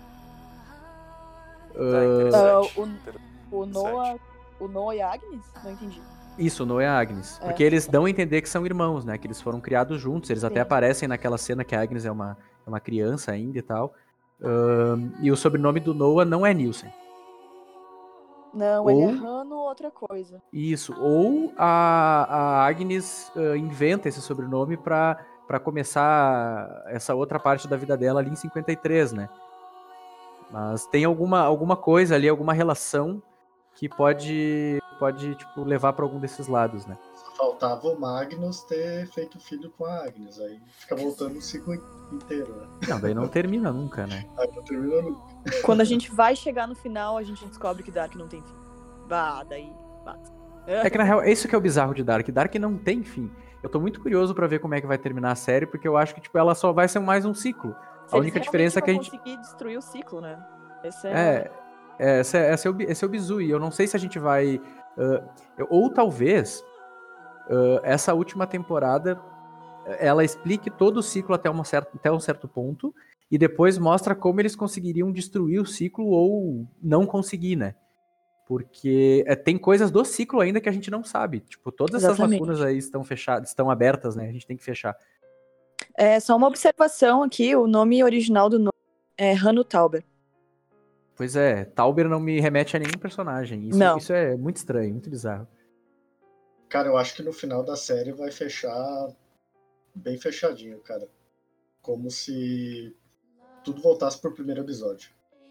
Interessante. O Noah e a Agnes? Não entendi. Isso, o Noah e a Agnes. Porque eles dão a entender que são irmãos, né? Que eles foram criados juntos. Eles até aparecem naquela cena que a Agnes é uma criança ainda e tal. E o sobrenome do Noah não é Nielsen. Não, ele é Hano outra coisa. Isso. Ou a Agnes inventa esse sobrenome pra começar essa outra parte da vida dela ali em 53, né? Mas tem alguma coisa ali, alguma relação que pode tipo, levar pra algum desses lados, né? Faltava o Magnus ter feito filho com a Agnes. Aí fica voltando o ciclo inteiro, né? Não, daí não termina nunca, né? Aí não termina nunca. Quando a gente vai chegar no final, a gente descobre que Dark não tem fim. Daí... É que na real, é isso que é o bizarro de Dark. Dark não tem fim. Eu tô muito curioso pra ver como é que vai terminar a série, porque eu acho que tipo, ela só vai ser mais um ciclo. A única diferença é que a gente conseguir destruir o ciclo, né? Esse é o bizu, e eu não sei se a gente vai... ou talvez essa última temporada ela explique todo o ciclo até um certo ponto, e depois mostra como eles conseguiriam destruir o ciclo ou não conseguir, né? Porque tem coisas do ciclo ainda que a gente não sabe. Tipo, todas essas lacunas aí estão fechadas, estão abertas, né? A gente tem que fechar. Só uma observação aqui, o nome original do nome é Hano Tauber. Pois é, Tauber não me remete a nenhum personagem. Isso é muito estranho, muito bizarro. Cara, eu acho que no final da série vai fechar bem fechadinho, cara. Como se tudo voltasse pro primeiro episódio.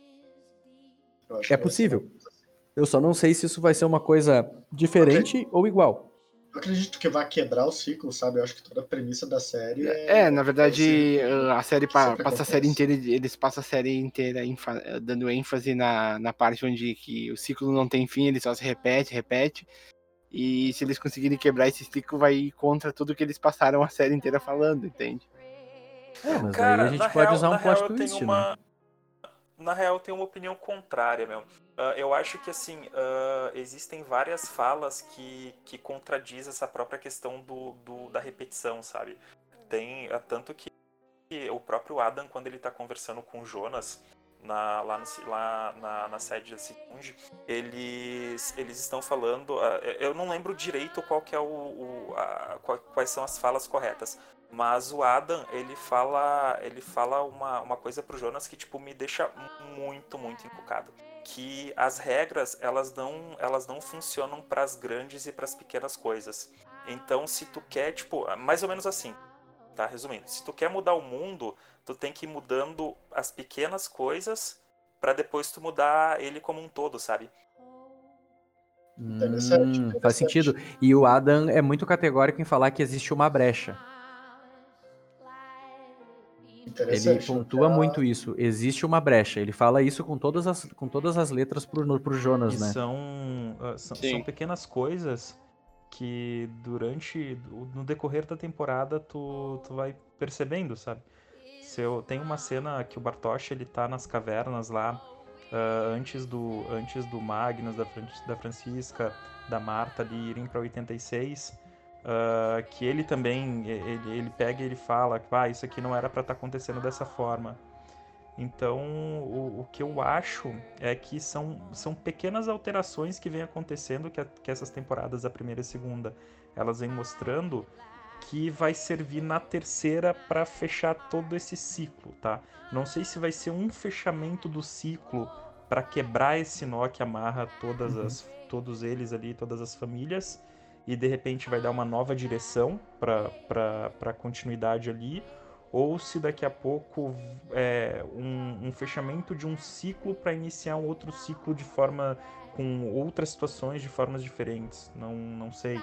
É possível. Eu só não sei se isso vai ser uma coisa diferente ou igual. Eu acredito que vai quebrar o ciclo, sabe? Eu acho que toda a premissa da série na verdade, a série passa a série inteira, eles passam a série inteira dando ênfase na parte onde que o ciclo não tem fim, ele só se repete. E se eles conseguirem quebrar esse ciclo, vai ir contra tudo que eles passaram a série inteira falando, entende? Mas cara, aí a gente pode usar um plot twist, né? Na real, eu tenho uma opinião contrária, meu. Eu acho que, assim, existem várias falas que contradizem essa própria questão da repetição, sabe? Tanto que o próprio Adam, quando ele tá conversando com o Jonas, lá na sede da Secund, eles estão falando... eu não lembro direito qual que é quais são as falas corretas. Mas o Adam, ele fala uma coisa pro Jonas que, tipo, me deixa muito, muito encucado. Que as regras, elas não funcionam pras grandes e pras pequenas coisas. Então, se tu quer, tipo, mais ou menos assim, tá? Resumindo, se tu quer mudar o mundo, tu tem que ir mudando as pequenas coisas pra depois tu mudar ele como um todo, sabe? Interessante. Faz sentido. E o Adam é muito categórico em falar que existe uma brecha. Ele pontua muito isso. Existe uma brecha. Ele fala isso com todas as letras pro Jonas, né? São pequenas coisas que no decorrer da temporada tu vai percebendo, sabe? Tem uma cena que o Bartosz, ele tá nas cavernas lá, antes do Magnus, da Francisca, da Marta ali irem pra 86... que ele também, ele pega e ele fala que isso aqui não era para estar acontecendo dessa forma. Então, o que eu acho é que são pequenas alterações que vêm acontecendo, que essas temporadas, a primeira e a segunda, elas vêm mostrando que vai servir na terceira para fechar todo esse ciclo, tá? Não sei se vai ser um fechamento do ciclo para quebrar esse nó que amarra todos eles ali, todas as famílias, e de repente vai dar uma nova direção para continuidade ali, ou se daqui a pouco é um fechamento de um ciclo para iniciar um outro ciclo com outras situações de formas diferentes. Não sei.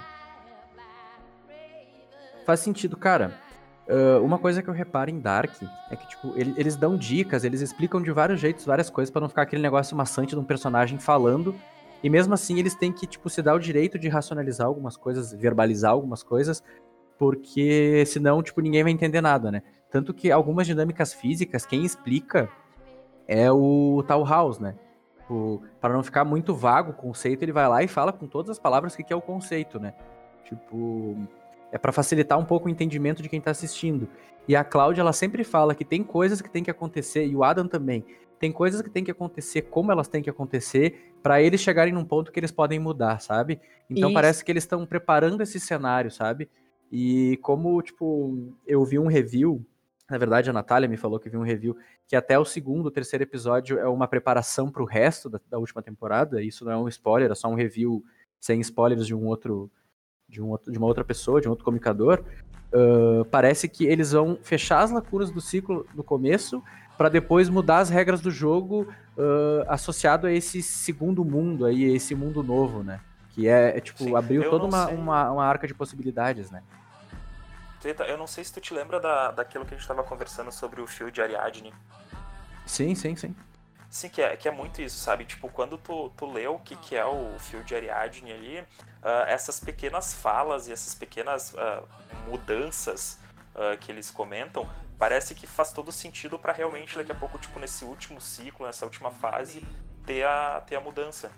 Faz sentido, cara. Uma coisa que eu reparo em Dark é que, tipo, eles dão dicas, eles explicam de vários jeitos, várias coisas, pra não ficar aquele negócio maçante de um personagem falando E mesmo assim eles têm que, tipo, se dar o direito de racionalizar algumas coisas, verbalizar algumas coisas, porque senão, tipo, ninguém vai entender nada, né? Tanto que algumas dinâmicas físicas, quem explica é o Tauhaus, né? Para não ficar muito vago o conceito, ele vai lá e fala com todas as palavras o que é o conceito, né? Tipo, é para facilitar um pouco o entendimento de quem tá assistindo. E a Cláudia, ela sempre fala que tem coisas que tem que acontecer, e o Adam também, tem coisas que tem que acontecer como elas têm que acontecer, para eles chegarem num ponto que eles podem mudar, sabe? Então Isso. parece que eles estão preparando esse cenário, sabe? E como, tipo, eu vi um review, na verdade a Natália me falou que viu um review, que até o segundo, terceiro episódio é uma preparação pro resto da última temporada, isso não é um spoiler, é só um review sem spoilers de uma outra pessoa, de um outro comunicador. Parece que eles vão fechar as lacunas do ciclo no começo para depois mudar as regras do jogo associado a esse segundo mundo aí, esse mundo novo, né? Que tipo, Sim, abriu eu toda não sei. uma arca de possibilidades, né? Treta, eu não sei se tu te lembra daquilo que a gente tava conversando sobre o fio de Ariadne. Sim. Sim, que é muito isso, sabe? Tipo, quando tu lê o que é o fio de Ariadne ali, essas pequenas falas e essas pequenas mudanças que eles comentam, parece que faz todo sentido pra realmente daqui a pouco, tipo, nesse último ciclo, nessa última fase, ter a mudança.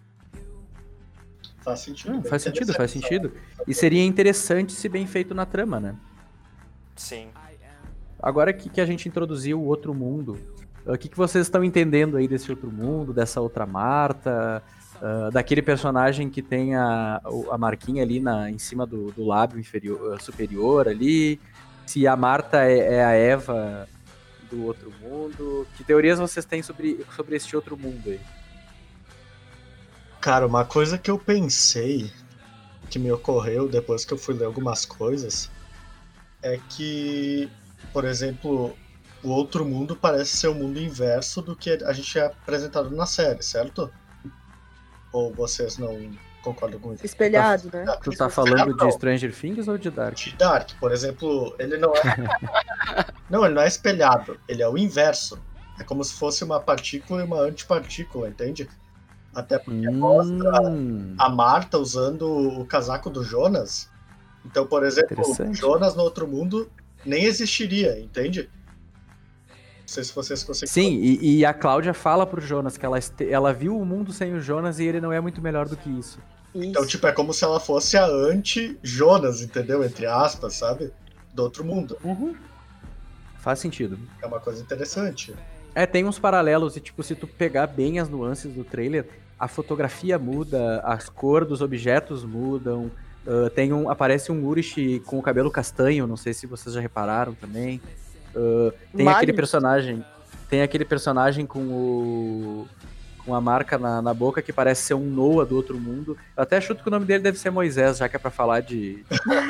Faz sentido. Faz sentido. E seria interessante se bem feito na trama, né? Sim. Agora que a gente introduziu o outro mundo, o que vocês estão entendendo aí desse outro mundo, dessa outra Marta, daquele personagem que tem a marquinha ali em cima do lábio superior ali, se a Marta é a Eva do outro mundo, que teorias vocês têm sobre este outro mundo aí? Cara, uma coisa que eu pensei, que me ocorreu depois que eu fui ler algumas coisas, é que, por exemplo, o outro mundo parece ser o mundo inverso do que a gente é apresentado na série, certo? Ou vocês não concordam com isso? Espelhado, né? Tu tá falando de Stranger Things ou de Dark? De Dark, por exemplo, ele não é... Não, ele não é espelhado, ele é o inverso. É como se fosse uma partícula e uma antipartícula, entende? Até porque mostra a Marta usando o casaco do Jonas. Então, por exemplo, o Jonas no outro mundo nem existiria, entende? Não sei se vocês conseguem... Sim, e a Cláudia fala pro Jonas que ela viu o mundo sem o Jonas e ele não é muito melhor do que isso. Então, tipo, é como se ela fosse a anti-Jonas, entendeu? Entre aspas, sabe? Do outro mundo. Uhum. Faz sentido. É uma coisa interessante. Tem uns paralelos e, tipo, se tu pegar bem as nuances do trailer, a fotografia muda, as cores dos objetos mudam, aparece um Urish com o cabelo castanho, não sei se vocês já repararam também. Tem aquele personagem com a marca na boca que parece ser um Noah do outro mundo. Eu até chuto que o nome dele deve ser Moisés, já que é pra falar de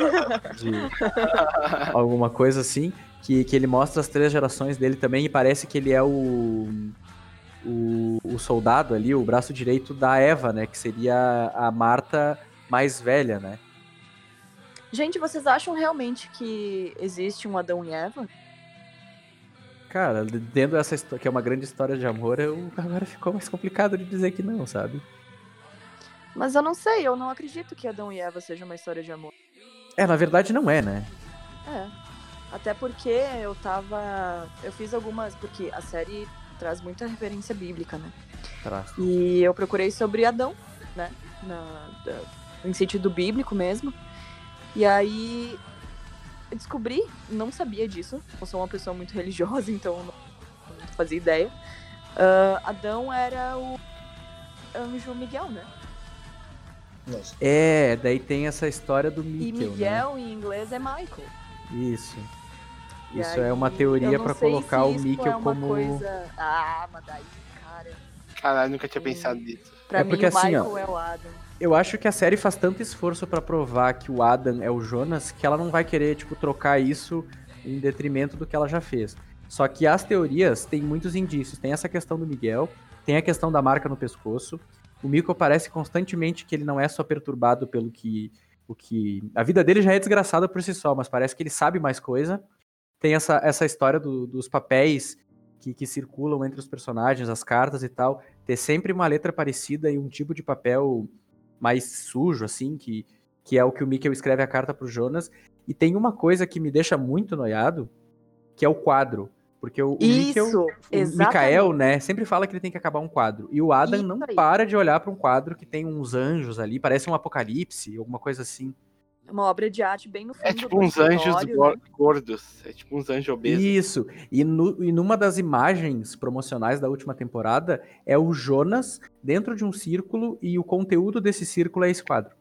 alguma coisa assim, que ele mostra as 3 gerações dele também e parece que ele é o soldado ali, o braço direito da Eva, né, que seria a Marta mais velha, né? Gente, vocês acham realmente que existe um Adão e Eva? Cara, dentro dessa história, que é uma grande história de amor, agora ficou mais complicado de dizer que não, sabe? Mas eu não sei, eu não acredito que Adão e Eva seja uma história de amor. Na verdade não é, né? Até porque eu fiz algumas, porque a série traz muita referência bíblica, né? E eu procurei sobre Adão, né? Em sentido bíblico mesmo. E aí eu descobri, não sabia disso. Eu sou uma pessoa muito religiosa, então não fazia ideia. Adão era o anjo Miguel, né? Nossa. Daí tem essa história do Michael, E Miguel, né? em inglês, é Michael. Isso. E Isso aí, é uma teoria pra colocar o Michael como... Coisa... mas daí, cara... Caralho, nunca tinha pensado nisso. Pra porque, mim, o assim, Michael é o Adam. Eu acho que a série faz tanto esforço pra provar que o Adam é o Jonas que ela não vai querer, tipo, trocar isso em detrimento do que ela já fez. Só que as teorias têm muitos indícios. Tem essa questão do Miguel, tem a questão da marca no pescoço. O Michael parece constantemente que ele não é só perturbado pelo que... A vida dele já é desgraçada por si só, mas parece que ele sabe mais coisa. Tem essa história dos papéis que circulam entre os personagens, as cartas e tal, ter sempre uma letra parecida e um tipo de papel mais sujo, assim, que é o que o Mikkel escreve a carta pro Jonas. E tem uma coisa que me deixa muito noiado, que é o quadro. Porque o Mikkel, Isso, o exatamente. Mikael, né, sempre fala que ele tem que acabar um quadro. E o Adam Isso não aí. para de olhar para um quadro que tem uns anjos ali, parece um apocalipse, alguma coisa assim. Uma obra de arte bem no fundo É tipo do uns anjos escritório, né? gordos. É tipo uns anjos obesos. Isso. E numa das imagens promocionais da última temporada é o Jonas dentro de um círculo e o conteúdo desse círculo é esse quadro.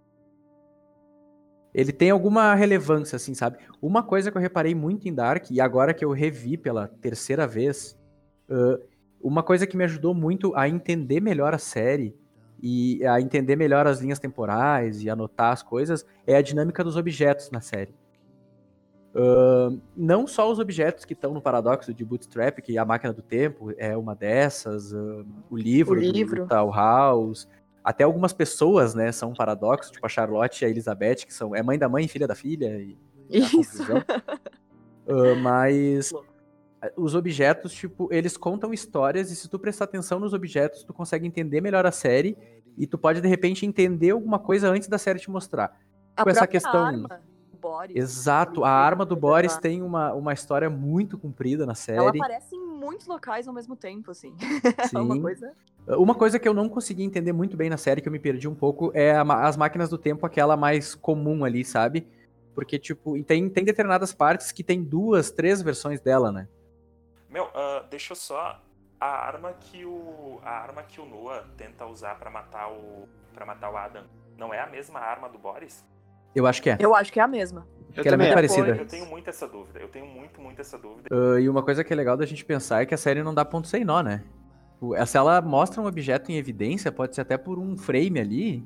Ele tem alguma relevância, assim, sabe? Uma coisa que eu reparei muito em Dark, e agora que eu revi pela terceira vez, uma coisa que me ajudou muito a entender melhor a série e a entender melhor as linhas temporais e anotar as coisas é a dinâmica dos objetos na série. Não só os objetos que estão no paradoxo de Bootstrap, que a máquina do tempo é uma dessas, o livro do Tal House, até algumas pessoas, né, são um paradoxo, tipo a Charlotte e a Elizabeth, que é mãe da mãe e filha da filha, e a confusão. Mas os objetos, tipo, eles contam histórias, e se tu prestar atenção nos objetos, tu consegue entender melhor a série, e tu pode, de repente, entender alguma coisa antes da série te mostrar. A Com essa própria questão... arma do Boris. Exato, a arma do Boris tem uma história muito comprida na série. Ela aparece em muitos locais ao mesmo tempo, assim. Sim. É uma coisa... Uma coisa que eu não consegui entender muito bem na série, que eu me perdi um pouco, é as máquinas do tempo, aquela mais comum ali, sabe? Porque, tipo, tem determinadas partes que tem 2, 3 versões dela, né? Meu, deixa eu só... A arma que o Noah tenta usar pra matar o Adam, não é a mesma arma do Boris? Eu acho que é. Eu acho que é a mesma. Que ela é muito parecida. Eu tenho muito essa dúvida. Eu tenho muito essa dúvida. E uma coisa que é legal da gente pensar é que a série não dá ponto sem nó, né? Se ela mostra um objeto em evidência, pode ser até por um frame ali,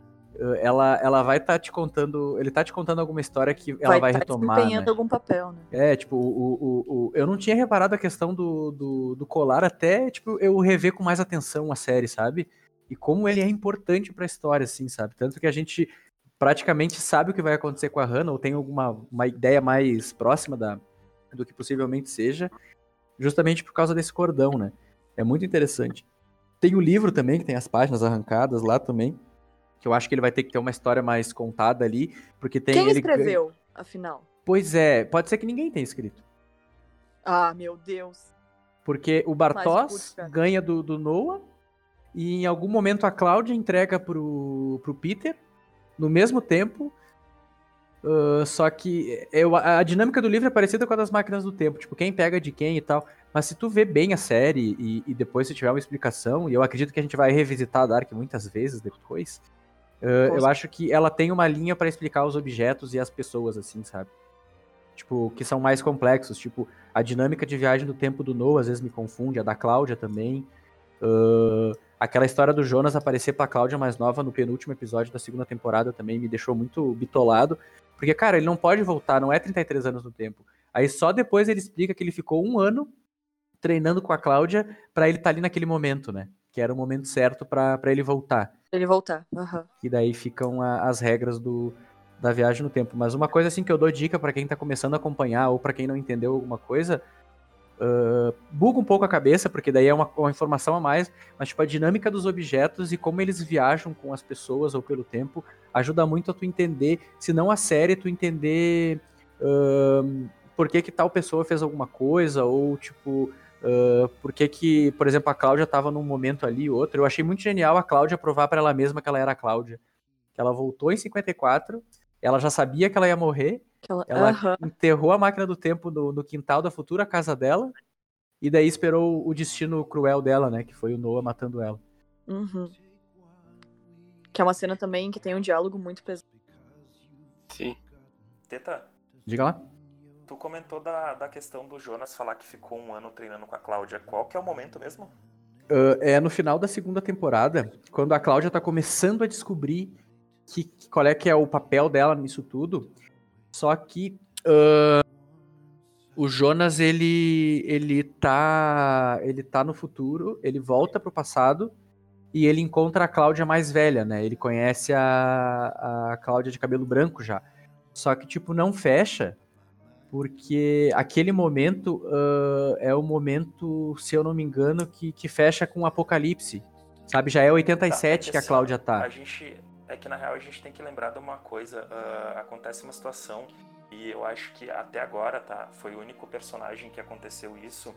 ela vai estar te contando... Ele tá te contando alguma história que ela vai retomar, desempenhando né? algum papel, né? Tipo, eu não tinha reparado a questão do colar até, tipo, eu rever com mais atenção a série, sabe? E como ele é importante pra história, assim, sabe? Tanto que a gente praticamente sabe o que vai acontecer com a Hannah, ou tem uma ideia mais próxima do que possivelmente seja, justamente por causa desse cordão, né? É muito interessante. Tem o livro também, que tem as páginas arrancadas lá também, que eu acho que ele vai ter que ter uma história mais contada ali, porque tem... Quem escreveu, afinal? Pois é, pode ser que ninguém tenha escrito. Ah, meu Deus. Porque o Bartos ganha do Noah, e em algum momento a Cláudia entrega pro Peter, no mesmo tempo, só que a dinâmica do livro é parecida com a das máquinas do tempo, tipo, quem pega de quem e tal, mas se tu vê bem a série e depois se tiver uma explicação, e eu acredito que a gente vai revisitar a Dark muitas vezes depois, eu acho que ela tem uma linha pra explicar os objetos e as pessoas, assim, sabe? Tipo, que são mais complexos, tipo, a dinâmica de viagem do tempo do Noah às vezes me confunde, a da Cláudia também, aquela história do Jonas aparecer pra Cláudia mais nova no penúltimo episódio da segunda temporada também me deixou muito bitolado, porque, cara, ele não pode voltar, não é 33 anos no tempo. Aí só depois ele explica que ele ficou 1 ano treinando com a Cláudia pra ele estar ali naquele momento, né? Que era o momento certo pra ele voltar. Aham. E daí ficam as regras da viagem no tempo. Mas uma coisa assim que eu dou dica pra quem tá começando a acompanhar ou pra quem não entendeu alguma coisa, buga um pouco a cabeça, porque daí é uma informação a mais, mas tipo, a dinâmica dos objetos e como eles viajam com as pessoas ou pelo tempo ajuda muito a tu entender, se não a série, tu entender por que tal pessoa fez alguma coisa, ou tipo, por que, por exemplo, a Cláudia tava num momento ali e outro. Eu achei muito genial a Cláudia provar pra ela mesma que ela era a Cláudia. Que ela voltou em 54, ela já sabia que ela ia morrer, ela enterrou a máquina do tempo no quintal da futura casa dela, e daí esperou o destino cruel dela, né? Que foi o Noah matando ela. Uhum. Que é uma cena também que tem um diálogo muito pesado. Sim. Teta, Diga lá. tu comentou da questão do Jonas falar que ficou 1 ano treinando com a Cláudia. Qual que é o momento mesmo? É no final da segunda temporada, quando a Cláudia tá começando a descobrir qual é que é o papel dela nisso tudo. Só que o Jonas, ele tá no futuro, ele volta pro passado e ele encontra a Cláudia mais velha, né? Ele conhece a Cláudia de cabelo branco já. Só que, tipo, não fecha, porque aquele momento é o momento, se eu não me engano, que fecha com o Apocalipse. Sabe, já é 87 que a assim, Cláudia tá. É que na real a gente tem que lembrar de uma coisa. Acontece uma situação, e eu acho que até agora, tá? Foi o único personagem que aconteceu isso.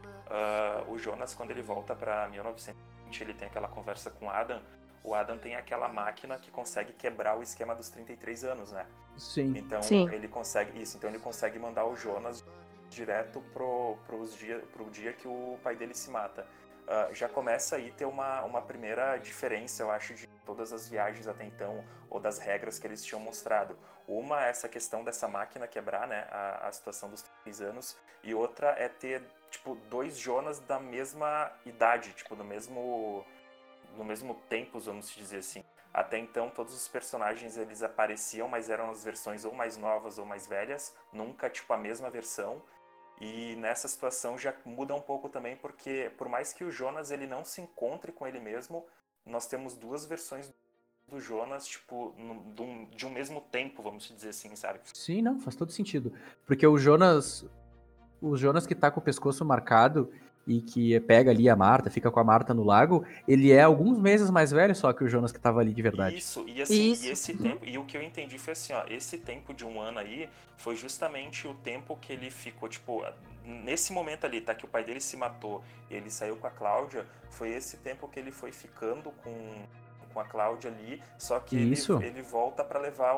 O Jonas, quando ele volta pra 1920, ele tem aquela conversa com o Adam. O Adam tem aquela máquina que consegue quebrar o esquema dos 33 anos, né? Sim. Então Sim. ele consegue isso. Então ele consegue mandar o Jonas direto pro dia que o pai dele se mata. Já começa aí ter uma primeira diferença, eu acho, de todas as viagens até então, ou das regras que eles tinham mostrado. Uma é essa questão dessa máquina quebrar, né, a situação dos 3 anos, e outra é ter, tipo, 2 Jonas da mesma idade, tipo, no mesmo tempo, vamos dizer assim. Até então, todos os personagens, eles apareciam, mas eram as versões ou mais novas ou mais velhas, nunca, tipo, a mesma versão. E nessa situação já muda um pouco também, porque por mais que o Jonas ele não se encontre com ele mesmo, nós temos 2 versões do Jonas, tipo, de um mesmo tempo, vamos dizer assim, sabe? Sim, não, faz todo sentido. Porque o Jonas que tá com o pescoço marcado e que pega ali a Marta, fica com a Marta no lago, ele é alguns meses mais velho só que o Jonas que tava ali de verdade. Isso, e assim, Isso. e esse tempo, e o que eu entendi foi assim, ó, esse tempo de 1 ano aí foi justamente o tempo que ele ficou, tipo, nesse momento ali, tá, que o pai dele se matou, ele saiu com a Cláudia, foi esse tempo que ele foi ficando com a Cláudia ali, só que Isso. ele volta pra levar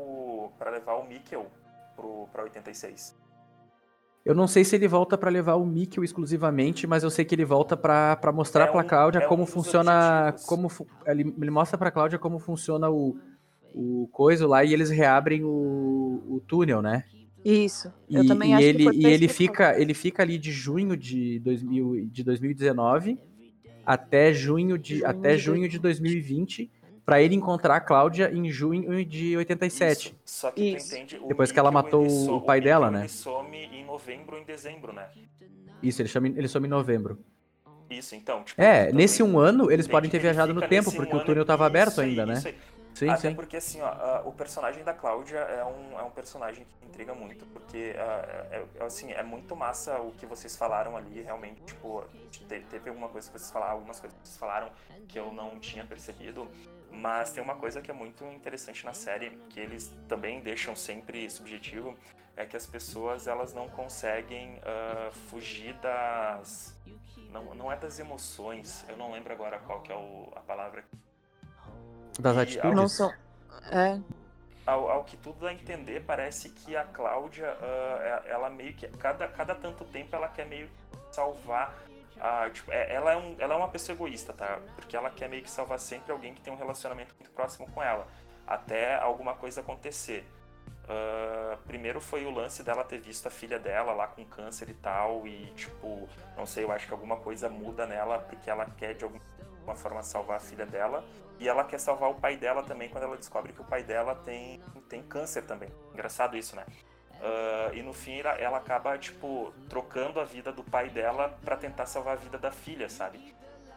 o Mikkel pra 86. Eu não sei se ele volta pra levar o Mikkel exclusivamente, mas eu sei que ele volta pra mostrar pra Cláudia como dos funciona, objetivos. ele mostra pra Cláudia como funciona o coisa lá e eles reabrem o túnel, né? Isso. Eu também acho que foi pra ele fica ali de junho de 2019 até junho de 2020 pra ele encontrar a Cláudia em junho de 87. Isso. Só que Isso. tu entende, o Depois que ela Mikkel, matou o pai dela, né? Ele some em novembro ou em dezembro, né? Isso, ele some em novembro. Isso, então, tipo... Nesse 1 ano, eles entende? podem ter Ele viajado fica no tempo, nesse porque 1 o túnel tava aberto ainda, né? Isso aí. Sim, Até sim. porque, assim, ó, o personagem da Cláudia é um personagem que intriga muito, porque, assim, é muito massa o que vocês falaram ali, realmente, tipo, teve algumas coisas que vocês falaram que eu não tinha percebido, mas tem uma coisa que é muito interessante na série, que eles também deixam sempre subjetivo, é que as pessoas, elas não conseguem fugir das... Não é das emoções, eu não lembro agora qual que é a palavra. Das E atitudes. Não são. É. Ao que tudo dá a entender, parece que a Cláudia, ela meio que, cada tanto tempo, ela quer meio que salvar. Tipo, ela é uma pessoa egoísta, tá? Porque ela quer meio que salvar sempre alguém que tem um relacionamento muito próximo com ela, até alguma coisa acontecer. Primeiro foi o lance dela ter visto a filha dela lá com câncer e tal, e tipo, não sei, eu acho que alguma coisa muda nela, porque ela quer de alguma forma salvar a filha dela. E ela quer salvar o pai dela também quando ela descobre que o pai dela tem câncer também. Engraçado isso, né? E no fim ela acaba, tipo, trocando a vida do pai dela pra tentar salvar a vida da filha, sabe?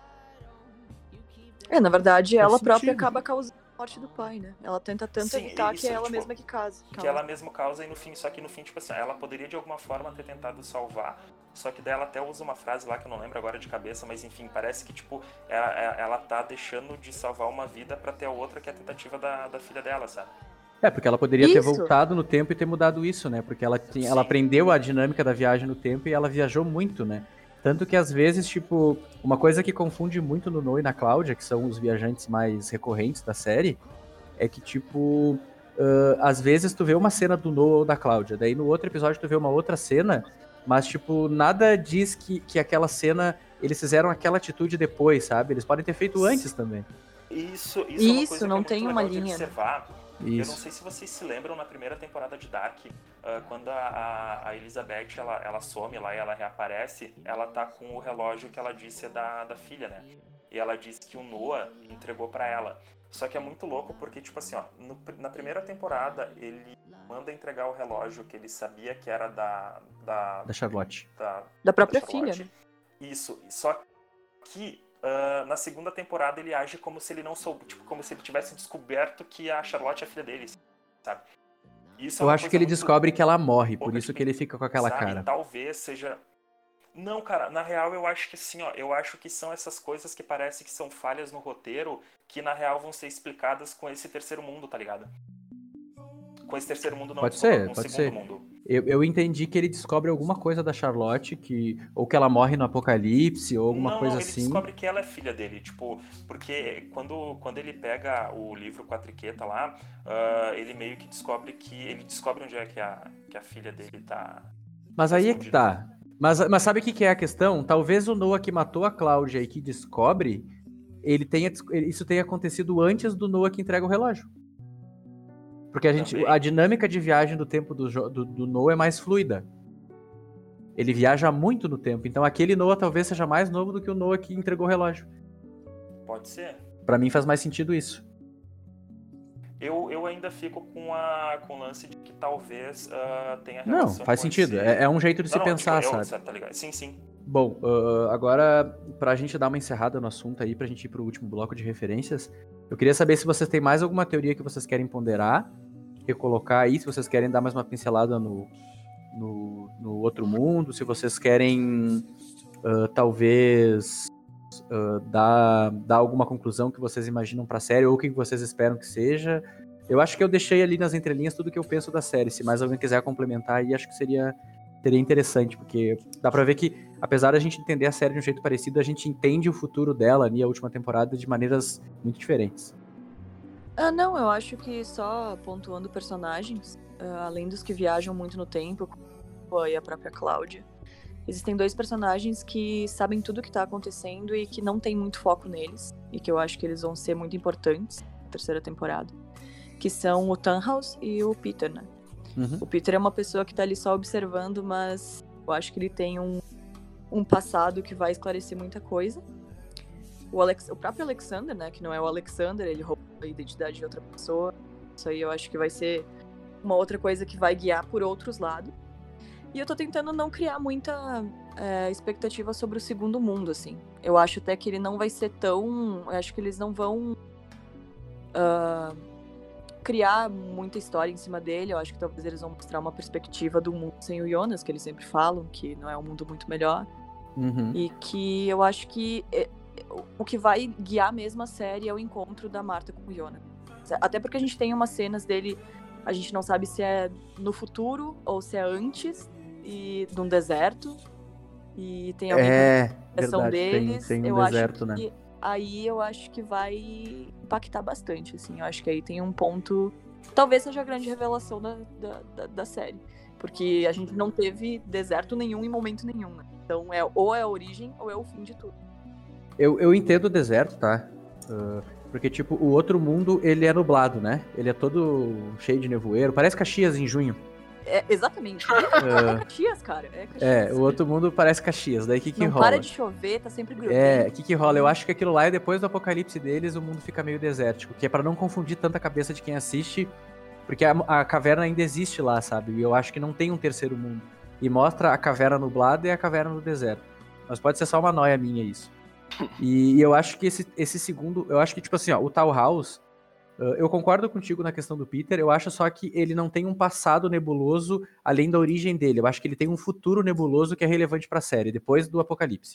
Na verdade, Faz ela própria sentido. acaba causando a morte do pai, né? Ela tenta tanto Sim, evitar isso, que é ela tipo, mesma que cause. Que ela mesma causa, e no fim, tipo assim, ela poderia de alguma forma ter tentado salvar, só que daí ela até usa uma frase lá que eu não lembro agora de cabeça, mas enfim, parece que, tipo, ela tá deixando de salvar uma vida pra ter a outra, que é a tentativa da filha dela, sabe? Porque ela poderia ter Isso. voltado no tempo e ter mudado isso, né? Porque ela aprendeu a dinâmica da viagem no tempo e ela viajou muito, né? Tanto que às vezes, tipo, uma coisa que confunde muito no Noah e na Cláudia, que são os viajantes mais recorrentes da série, é que, tipo, às vezes tu vê uma cena do Noah ou da Cláudia, daí no outro episódio tu vê uma outra cena, mas, tipo, nada diz que aquela cena, eles fizeram aquela atitude depois, sabe? Eles podem ter feito antes também. Isso é uma Isso, coisa não que é tem muito uma legal de linha, né? observar. Eu não Isso. sei se vocês se lembram na primeira temporada de Dark, quando a Elizabeth ela some lá e ela reaparece, ela tá com o relógio que ela disse da filha, né? E ela disse que o Noah entregou pra ela. Só que é muito louco porque, tipo assim, ó, na primeira temporada ele manda entregar o relógio que ele sabia que era da Charlotte. Da própria Charlotte. filha, né? Isso, só que na segunda temporada ele age como se ele não soube, tipo, como se ele tivesse descoberto que a Charlotte é a filha dele, sabe? Isso é Eu uma acho que coisa ele muito descobre que ela morre, por louca isso de que ele fica com aquela pensar, e cara. talvez seja... Não, cara, na real eu acho que assim, ó, eu acho que são essas coisas que parece que são falhas no roteiro, que na real vão ser explicadas com esse terceiro mundo, tá ligado? Com esse terceiro mundo não, Pode desculpa, ser, com o pode segundo ser. mundo. Eu entendi que ele descobre alguma coisa da Charlotte, ou que ela morre no apocalipse, ou alguma Não, coisa ele assim. descobre que ela é filha dele, tipo, porque quando ele pega o livro com a Triqueta lá, ele meio que descobre ele descobre onde é que a filha dele tá Mas aí é que escondida. tá. Mas sabe o que é a questão? Talvez o Noah que matou a Cláudia e que descobre, isso tenha acontecido antes do Noah que entrega o relógio. Porque Também. a dinâmica de viagem do tempo do Noah é mais fluida. Ele viaja muito no tempo. Então aquele Noah talvez seja mais novo do que o Noah que entregou o relógio. Pode ser. Pra mim faz mais sentido isso. Eu ainda fico com o lance de que talvez tenha Não, relação faz com sentido. esse... É um jeito de se Não, pensar, tipo, sabe? tá ligado? Sim, sim. Bom, agora, pra gente dar uma encerrada no assunto aí, pra gente ir pro último bloco de referências, eu queria saber se vocês têm mais alguma teoria que vocês querem ponderar, recolocar aí, se vocês querem dar mais uma pincelada no outro mundo, se vocês querem, talvez, dar alguma conclusão que vocês imaginam pra série, ou o que vocês esperam que seja. Eu acho que eu deixei ali nas entrelinhas tudo que eu penso da série. Se mais alguém quiser complementar aí, acho que seria interessante, porque dá pra ver que, apesar da gente entender a série de um jeito parecido, a gente entende o futuro dela ali, a última temporada, de maneiras muito diferentes. Não, eu acho que só pontuando personagens, além dos que viajam muito no tempo, como e a própria Cláudia, existem 2 personagens que sabem tudo o que tá acontecendo e que não tem muito foco neles, e que eu acho que eles vão ser muito importantes na terceira temporada, que são o Tannhaus e o Peter, né? Uhum. O Peter é uma pessoa que tá ali só observando, mas eu acho que ele tem um passado que vai esclarecer muita coisa. O próprio Alexander, né, que não é o Alexander, ele roubou a identidade de outra pessoa. Isso aí eu acho que vai ser uma outra coisa que vai guiar por outros lados. E eu tô tentando não criar muita expectativa sobre o segundo mundo, assim. Eu acho até que ele não vai ser tão... Eu acho que eles não vão criar muita história em cima dele. Eu acho que talvez eles vão mostrar uma perspectiva do mundo sem o Jonas, que eles sempre falam, que não é um mundo muito melhor. Uhum. E que eu acho que o que vai guiar mesmo a série é o encontro da Marta com o Jonas. Até porque a gente tem umas cenas dele, a gente não sabe se é no futuro ou se é antes, e num deserto. E tem alguém com a direção deles. Tem um eu deserto, acho né? que aí eu acho que vai impactar bastante, assim. Eu acho que aí tem um ponto... Talvez seja a grande revelação da série. Porque a gente não teve deserto nenhum em momento nenhum, né? Então ou é a origem ou é o fim de tudo. Eu entendo o deserto, tá? Porque, tipo, o outro mundo, ele é nublado, né? Ele é todo cheio de nevoeiro. Parece Caxias em junho. Exatamente. É Caxias, cara. É Caxias. O outro mundo parece Caxias. Daí o que não rola? Para de chover, tá sempre grudento. O que rola? Eu acho que aquilo lá é depois do apocalipse deles, o mundo fica meio desértico. Que é pra não confundir tanta cabeça de quem assiste, porque a caverna ainda existe lá, sabe? E eu acho que não tem um terceiro mundo. E mostra a caverna nublada e a caverna no deserto. Mas pode ser só uma noia minha isso. E eu acho que esse segundo... Eu acho que, tipo assim, ó, o Tannhaus... Eu concordo contigo na questão do Peter, eu acho só que ele não tem um passado nebuloso além da origem dele. Eu acho que ele tem um futuro nebuloso que é relevante pra série, depois do apocalipse.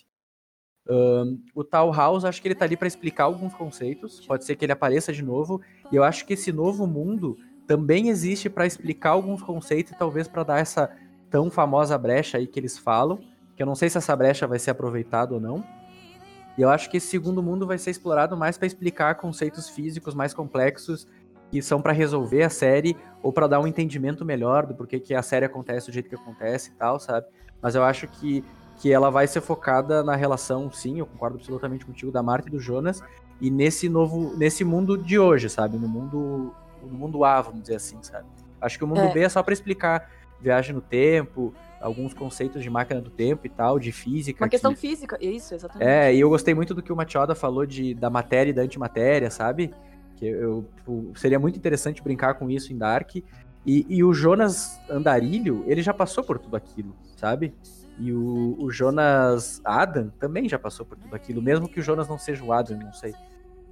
O Tannhaus, acho que ele tá ali pra explicar alguns conceitos, pode ser que ele apareça de novo, e eu acho que esse novo mundo também existe pra explicar alguns conceitos e talvez pra dar essa tão famosa brecha aí que eles falam, que eu não sei se essa brecha vai ser aproveitada ou não. E eu acho que esse segundo mundo vai ser explorado mais pra explicar conceitos físicos mais complexos que são pra resolver a série ou pra dar um entendimento melhor do porquê que a série acontece do jeito que acontece e tal, sabe? Mas eu acho que ela vai ser focada na relação, sim, eu concordo absolutamente contigo, da Marta e do Jonas, e nesse mundo de hoje, sabe? No mundo A, vamos dizer assim, sabe? Acho que o mundo B é só pra explicar viagem no tempo, alguns conceitos de máquina do tempo e tal, de física. Uma questão física, isso, exatamente. E eu gostei muito do que o Machioda falou da matéria e da antimatéria, sabe? Que seria muito interessante brincar com isso em Dark. E o Jonas Andarilho, ele já passou por tudo aquilo, sabe? E o Jonas Adam também já passou por tudo aquilo, mesmo que o Jonas não seja o Adam, não sei.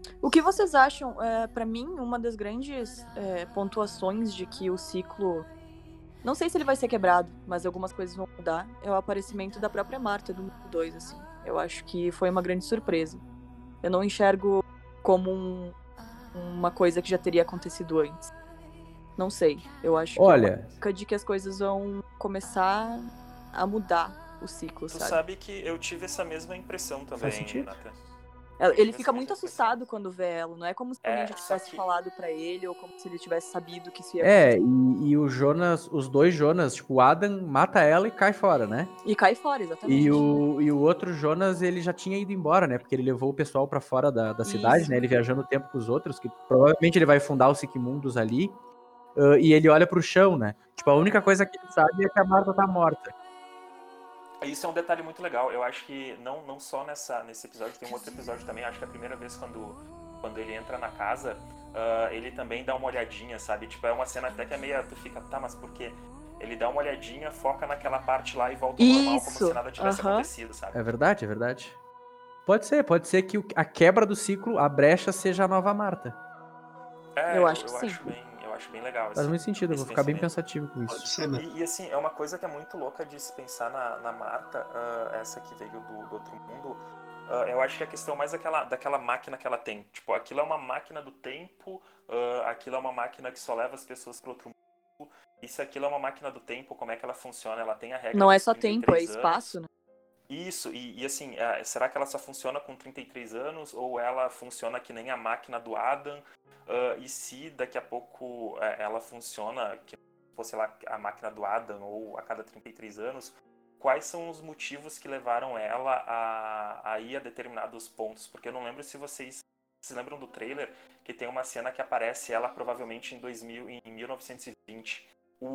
O que vocês acham? Pra mim, uma das grandes pontuações de que o ciclo... Não sei se ele vai ser quebrado, mas algumas coisas vão mudar. É o aparecimento da própria Marta do mundo 2, assim. Eu acho que foi uma grande surpresa. Eu não enxergo como uma coisa que já teria acontecido antes. Não sei. Eu acho que é uma Olha, dica de que as coisas vão começar a mudar o ciclo, Tu sabe? sabe que eu tive essa mesma impressão também, sentido. Nathan. Ele fica muito assustado quando vê ela. Não é como se alguém já só tivesse que- falado pra ele ou como se ele tivesse sabido que isso ia acontecer. e o Jonas, os dois Jonas, tipo, o Adam mata ela e cai fora, né? E cai fora, exatamente. E o outro Jonas, ele já tinha ido embora, né? Porque ele levou o pessoal pra fora da cidade, Isso. né? Ele viajando o tempo com os outros, que provavelmente ele vai fundar o Sigmundos ali. E ele olha pro chão, né? Tipo, a única coisa que ele sabe é que a Marta tá morta. Isso é um detalhe muito legal. Eu acho que não só nesse episódio, tem um outro episódio também. Acho que a primeira vez quando ele entra na casa, ele também dá uma olhadinha, sabe? Tipo, é uma cena até que é meio... Tu fica, tá, mas por quê? Ele dá uma olhadinha, foca naquela parte lá e volta ao normal, como se nada tivesse acontecido, sabe? É verdade, é verdade. Pode ser que a quebra do ciclo, a brecha, seja a nova Marta. Eu acho que sim. Eu acho bem legal. Faz muito sentido, eu vou ficar bem pensamento. pensativo com Pode isso. ser, né? E assim, é uma coisa que é muito louca de se pensar na Marta, essa que veio do outro mundo. Eu acho que a questão mais daquela máquina que ela tem. Tipo, aquilo é uma máquina do tempo, aquilo é uma máquina que só leva as pessoas para outro mundo. E se aquilo é uma máquina do tempo, como é que ela funciona? Ela tem a regra Não é dos só tempo, é 33 anos. espaço, né? Isso, e assim, será que ela só funciona com 33 anos ou ela funciona que nem a máquina do Adam? E se daqui a pouco ela funciona, que fosse lá a máquina do Adam ou a cada 33 anos, quais são os motivos que levaram ela a ir a determinados pontos? Porque eu não lembro se vocês se lembram do trailer, que tem uma cena que aparece ela provavelmente em 1920.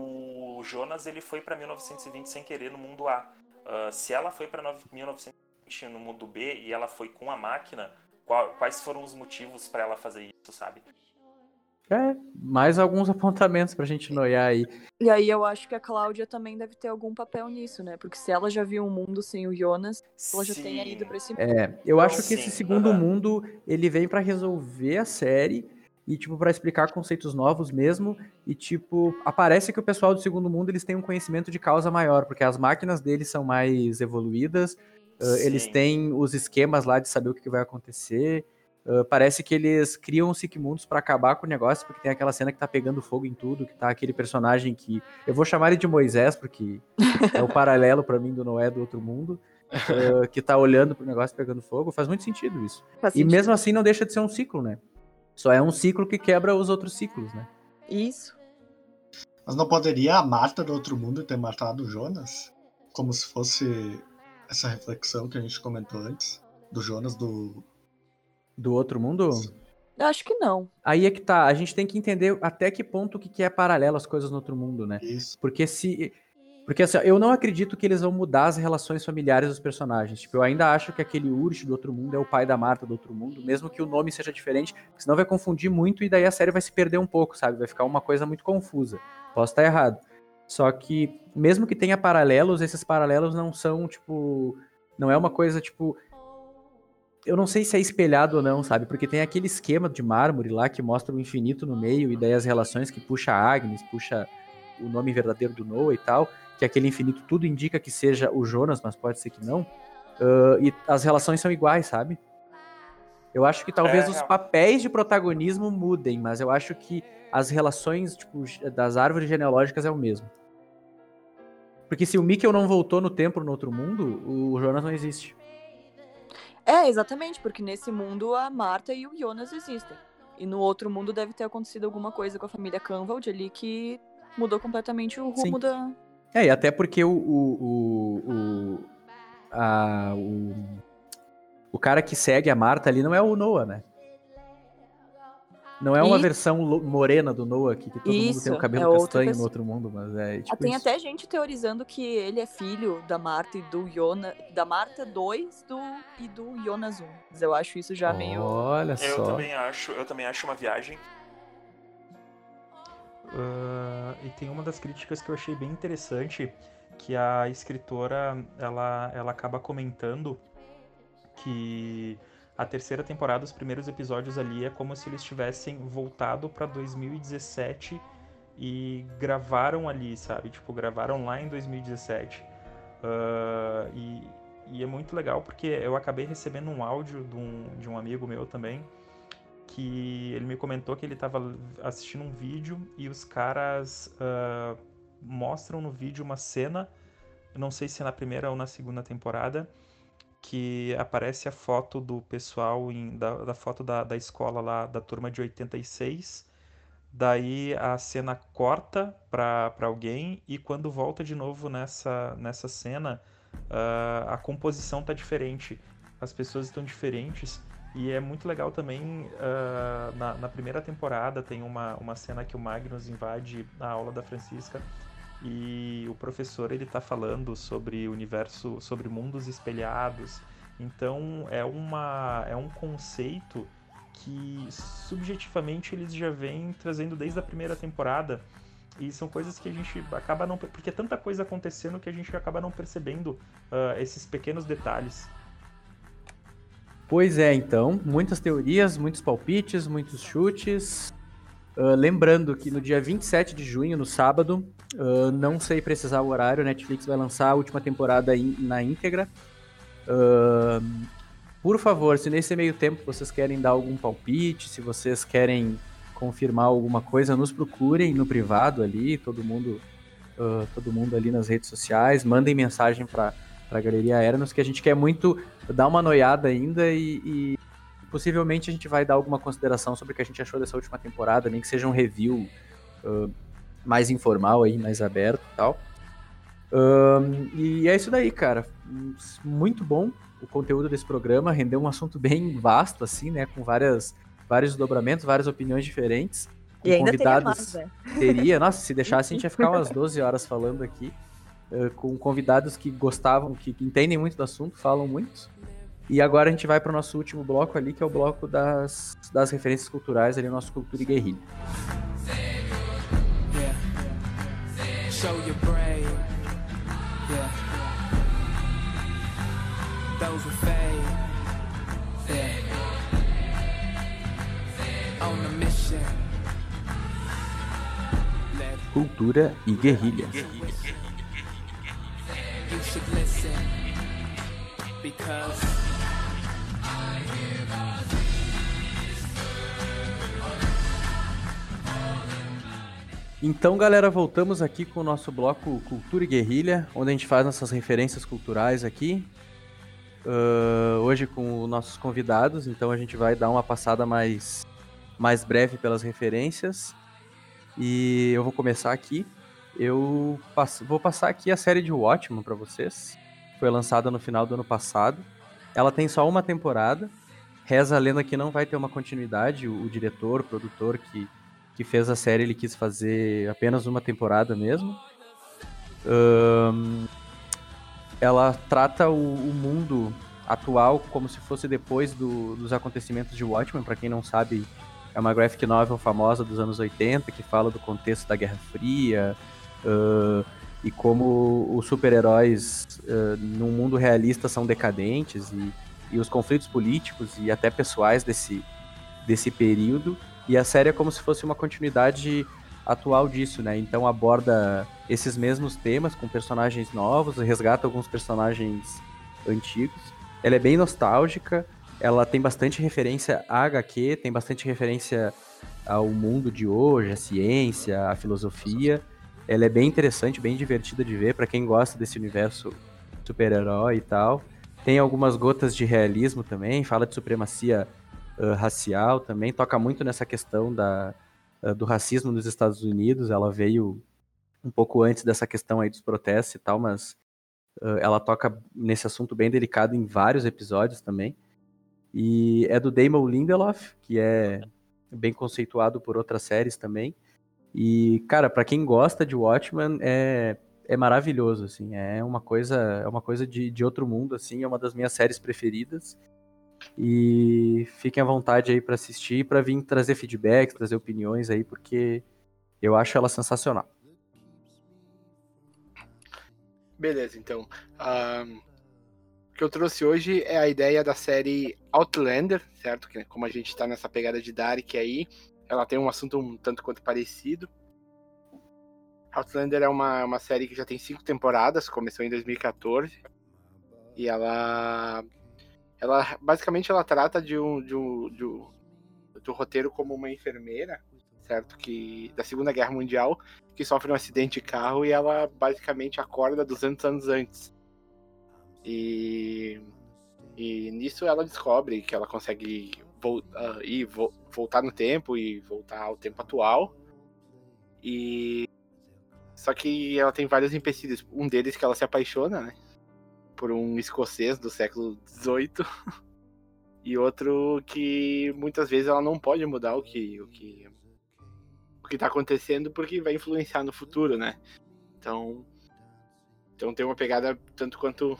O Jonas, ele foi para 1920 sem querer no mundo A. Se ela foi para 1920 no mundo B e ela foi com a máquina, quais foram os motivos para ela fazer isso, sabe? Mais alguns apontamentos pra gente noiar aí. E aí eu acho que a Cláudia também deve ter algum papel nisso, né? Porque se ela já viu um mundo sem o Jonas, ela já tenha ido pra esse mundo. Eu acho que Sim, esse segundo mundo, ele vem pra resolver a série e, tipo, pra explicar conceitos novos mesmo. E, tipo, aparece que o pessoal do segundo mundo, eles têm um conhecimento de causa maior, porque as máquinas deles são mais evoluídas, eles têm os esquemas lá de saber o que vai acontecer. Parece que eles criam os Sigmundos pra acabar com o negócio, porque tem aquela cena que tá pegando fogo em tudo, que tá aquele personagem que... Eu vou chamar ele de Moisés, porque é o paralelo pra mim do Noé do outro mundo, que tá olhando pro negócio pegando fogo. Faz muito sentido isso. Faz E sentido. mesmo assim não deixa de ser um ciclo, né? Só é um ciclo que quebra os outros ciclos, né? Isso. Mas não poderia a Marta do outro mundo ter matado o Jonas? Como se fosse essa reflexão que a gente comentou antes, do Jonas do... Do outro mundo? Eu acho que não. Aí é que tá, a gente tem que entender até que ponto que é paralelo as coisas no outro mundo, né? Isso. Porque assim, eu não acredito que eles vão mudar as relações familiares dos personagens. Tipo, eu ainda acho que aquele Ursh do outro mundo é o pai da Marta do outro mundo, mesmo que o nome seja diferente, senão vai confundir muito e daí a série vai se perder um pouco, sabe? Vai ficar uma coisa muito confusa. Posso estar errado. Só que, mesmo que tenha paralelos, esses paralelos não são, tipo... Não é uma coisa, tipo... Eu não sei se é espelhado ou não, sabe? Porque tem aquele esquema de mármore lá que mostra o infinito no meio e daí as relações que puxa a Agnes, puxa o nome verdadeiro do Noah e tal, que aquele infinito tudo indica que seja o Jonas, mas pode ser que não. E as relações são iguais, sabe? Eu acho que talvez os papéis de protagonismo mudem, mas eu acho que as relações, tipo, das árvores genealógicas é o mesmo. Porque se o Mikkel não voltou no templo no outro mundo, o Jonas não existe. Exatamente, porque nesse mundo a Marta e o Jonas existem. E no outro mundo deve ter acontecido alguma coisa com a família Canvald ali que mudou completamente o rumo da... E até porque o cara que segue a Marta ali não é o Noah, né? Não é uma versão morena do Noah que todo mundo tem o cabelo castanho no outro mundo, mas é tipo Tem isso. até gente teorizando que ele é filho da Marta e do Jonas, da Marta 2 e do Jonas 1. Mas eu acho isso já meio... Olha só. Eu também acho uma viagem. E tem uma das críticas que eu achei bem interessante, que a escritora ela acaba comentando que a terceira temporada, os primeiros episódios ali, é como se eles tivessem voltado pra 2017 e gravaram ali, sabe? Tipo, gravaram lá em 2017. E é muito legal porque eu acabei recebendo um áudio de um amigo meu também, que ele me comentou que ele estava assistindo um vídeo e os caras mostram no vídeo uma cena, eu não sei se é na primeira ou na segunda temporada, que aparece a foto do pessoal, da foto da escola lá, da turma de 86. Daí a cena corta pra alguém e quando volta de novo nessa cena, a composição tá diferente, as pessoas estão diferentes. E é muito legal também, na primeira temporada tem uma cena que o Magnus invade a aula da Francisca e o professor ele tá falando sobre universo, sobre mundos espelhados. Então é um conceito que subjetivamente eles já vêm trazendo desde a primeira temporada. E são coisas que a gente acaba não... Porque é tanta coisa acontecendo que a gente acaba não percebendo esses pequenos detalhes. Pois é, então, muitas teorias, muitos palpites, muitos chutes. Lembrando que no dia 27 de junho, no sábado, não sei precisar o horário, a Netflix vai lançar a última temporada na íntegra. Por favor, se nesse meio tempo vocês querem dar algum palpite, se vocês querem confirmar alguma coisa, nos procurem no privado ali, todo mundo ali nas redes sociais, mandem mensagem para a Galeria Aeronos, que a gente quer muito dar uma noiada ainda e possivelmente a gente vai dar alguma consideração sobre o que a gente achou dessa última temporada, nem que seja um review mais informal aí, mais aberto e tal. E é isso daí, cara. Muito bom o conteúdo desse programa, rendeu um assunto bem vasto, assim, né? Com vários desdobramentos, várias opiniões diferentes. E ainda convidados, teria mais, né? Teria, nossa, se deixasse a gente ia ficar umas 12 horas falando aqui, com convidados que gostavam, que entendem muito do assunto, falam muito. E agora a gente vai para o nosso último bloco ali, que é o bloco das referências culturais, ali, o nosso Cultura e Guerrilha. Show your brain. Yeah. Those who fade. Yeah. On the mission. Cultura e Guerrilha. You should listen because Então, galera, voltamos aqui com o nosso bloco Cultura e Guerrilha, onde a gente faz nossas referências culturais aqui. Hoje com os nossos convidados, então a gente vai dar uma passada mais breve pelas referências. E eu vou começar aqui. Eu vou passar aqui a série de Watchmen para vocês. Foi lançada no final do ano passado. Ela tem só uma temporada. Reza a lenda que não vai ter uma continuidade. O diretor, o produtor que fez a série, ele quis fazer apenas uma temporada mesmo. Ela trata o mundo atual como se fosse depois dos acontecimentos de Watchmen. Para quem não sabe, é uma graphic novel famosa dos anos 80, que fala do contexto da Guerra Fria, e como os super-heróis num mundo realista são decadentes, e os conflitos políticos e até pessoais desse período. E a série é como se fosse uma continuidade atual disso, né? Então aborda esses mesmos temas com personagens novos, resgata alguns personagens antigos. Ela é bem nostálgica, ela tem bastante referência à HQ, tem bastante referência ao mundo de hoje, à ciência, à filosofia. Ela é bem interessante, bem divertida de ver para quem gosta desse universo super-herói e tal. Tem algumas gotas de realismo também, fala de supremacia racial também, toca muito nessa questão do racismo nos Estados Unidos. Ela veio um pouco antes dessa questão aí dos protestos e tal, mas ela toca nesse assunto bem delicado em vários episódios também. E é do Damon Lindelof, que é bem conceituado por outras séries também. E, cara, pra quem gosta de Watchmen, é maravilhoso, assim. É uma coisa de outro mundo, assim. É uma das minhas séries preferidas. E fiquem à vontade aí pra assistir, pra vir trazer feedback, trazer opiniões aí, porque eu acho ela sensacional. Beleza, então. O que eu trouxe hoje é a ideia da série Outlander, certo? Que como a gente tá nessa pegada de Dark aí, ela tem um assunto um tanto quanto parecido. Outlander é uma série que já tem 5 temporadas, começou em 2014. E ela basicamente ela trata do roteiro como uma enfermeira, certo? Que da Segunda Guerra Mundial, que sofre um acidente de carro e ela basicamente acorda 200 anos antes. E nisso ela descobre que ela consegue voltar no tempo e voltar ao tempo atual. Só que ela tem vários empecilhos. Um deles que ela se apaixona, né? Por um escocês do século XVIII. E outro que muitas vezes ela não pode mudar o que tá acontecendo porque vai influenciar no futuro, né? Então tem uma pegada tanto quanto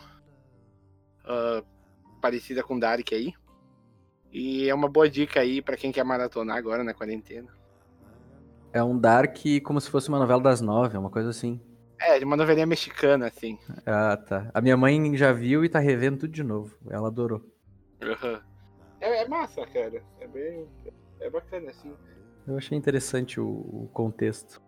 parecida com Dark aí. E é uma boa dica aí pra quem quer maratonar agora na quarentena. É um Dark como se fosse uma novela das 9, uma coisa assim. É, de uma novelinha mexicana, assim. Ah, tá. A minha mãe já viu e tá revendo tudo de novo. Ela adorou. Uhum. É massa, cara. É bacana, assim. Eu achei interessante o contexto.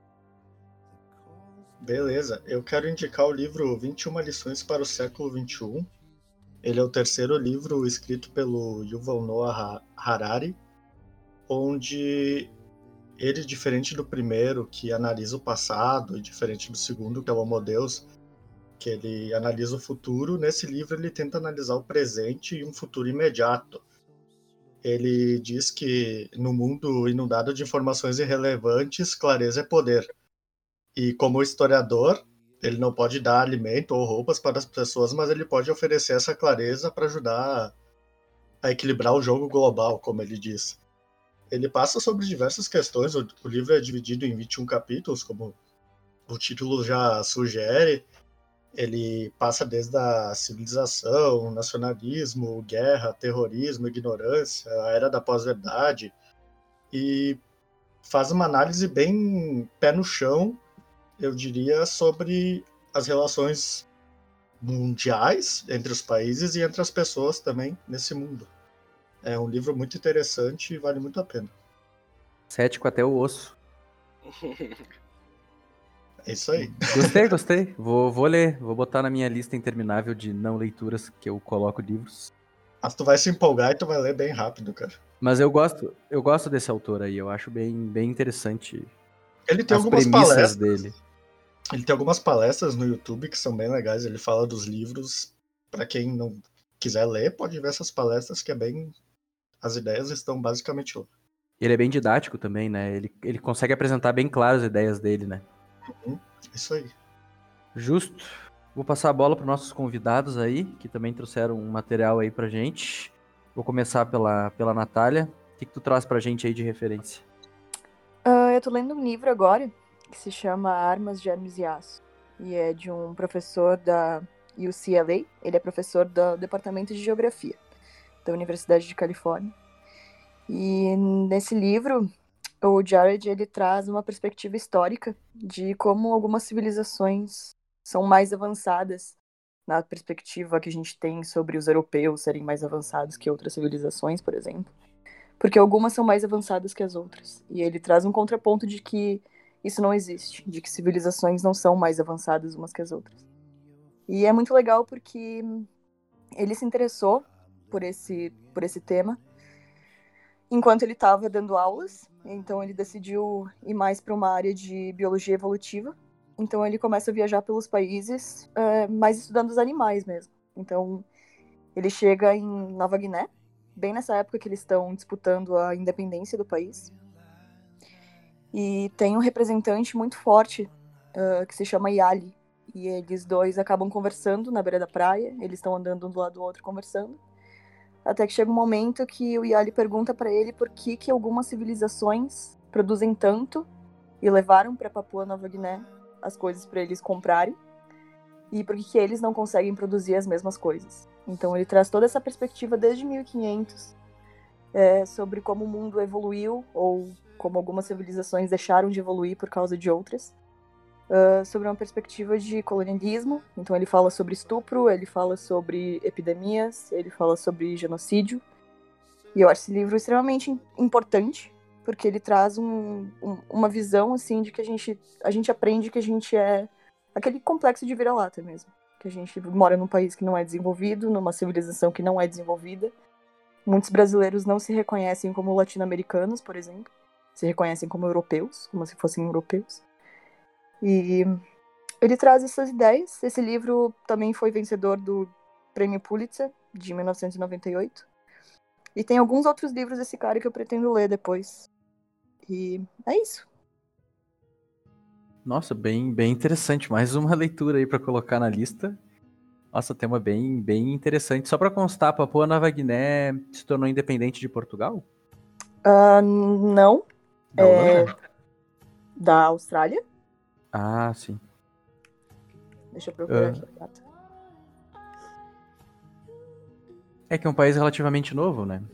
Beleza, eu quero indicar o livro 21 Lições para o Século XXI. Ele é o terceiro livro escrito pelo Yuval Noah Harari, onde ele, diferente do primeiro, que analisa o passado, e diferente do segundo, que é o Homo Deus, que ele analisa o futuro, nesse livro ele tenta analisar o presente e um futuro imediato. Ele diz que no mundo inundado de informações irrelevantes, clareza é poder. E como historiador, ele não pode dar alimento ou roupas para as pessoas, mas ele pode oferecer essa clareza para ajudar a equilibrar o jogo global, como ele diz. Ele passa sobre diversas questões, o livro é dividido em 21 capítulos, como o título já sugere. Ele passa desde a civilização, nacionalismo, guerra, terrorismo, ignorância, a era da pós-verdade, e faz uma análise bem pé no chão, eu diria, sobre as relações mundiais entre os países e entre as pessoas também nesse mundo. É um livro muito interessante e vale muito a pena. Cético até o osso. É isso aí. Gostei. Vou ler. Vou botar na minha lista interminável de não leituras que eu coloco livros. Mas tu vai se empolgar e tu vai ler bem rápido, cara. Mas eu gosto desse autor aí. Eu acho bem interessante Ele tem as algumas premissas palestras dele. Ele tem algumas palestras no YouTube que são bem legais. Ele fala dos livros. Pra quem não quiser ler, pode ver essas palestras que é bem... As ideias estão basicamente lá. Ele é bem didático também, né? Ele consegue apresentar bem claro as ideias dele, né? Isso aí. Justo. Vou passar a bola para nossos convidados aí, que também trouxeram um material aí pra gente. Vou começar pela Natália. O que tu traz pra gente aí de referência? Eu tô lendo um livro agora que se chama Armas, Germes e Aço. E é de um professor da UCLA. Ele é professor do Departamento de Geografia da Universidade de Califórnia. E nesse livro, o Jared ele traz uma perspectiva histórica de como algumas civilizações são mais avançadas na perspectiva que a gente tem sobre os europeus serem mais avançados que outras civilizações, por exemplo. Porque algumas são mais avançadas que as outras. E ele traz um contraponto de que isso não existe, de que civilizações não são mais avançadas umas que as outras. E é muito legal porque ele se interessou por esse tema enquanto ele estava dando aulas. Então ele decidiu ir mais para uma área de biologia evolutiva. Então ele começa a viajar pelos países, mais estudando os animais mesmo. Então ele chega em Nova Guiné, bem nessa época que eles estão disputando a independência do país. E tem um representante muito forte que se chama Yali. E eles dois acabam conversando na beira da praia. Eles estão andando um do lado do outro conversando. Até que chega um momento que o Yali pergunta para ele por que algumas civilizações produzem tanto e levaram para Papua Nova Guiné as coisas para eles comprarem e por que eles não conseguem produzir as mesmas coisas. Então ele traz toda essa perspectiva desde 1500 sobre como o mundo evoluiu ou como algumas civilizações deixaram de evoluir por causa de outras. sobre uma perspectiva de colonialismo. Então ele fala sobre estupro, ele fala sobre epidemias, ele fala sobre genocídio. E eu acho esse livro extremamente importante, porque ele traz uma visão, assim, de que a gente aprende que a gente é aquele complexo de vira-lata mesmo. Que a gente mora num país que não é desenvolvido, numa civilização que não é desenvolvida. Muitos brasileiros não se reconhecem como latino-americanos, por exemplo. Se reconhecem como europeus, como se fossem europeus. E ele traz essas ideias. Esse livro também foi vencedor do Prêmio Pulitzer, de 1998. E tem alguns outros livros desse cara que eu pretendo ler depois. E é isso. Nossa, bem interessante. Mais uma leitura aí pra colocar na lista. Nossa, tema bem interessante. Só pra constar, Papua Nova Guiné se tornou independente de Portugal? Não. Da Holanda? Da Austrália. Ah, sim. Deixa eu procurar aqui a data. É que é um país relativamente novo, né?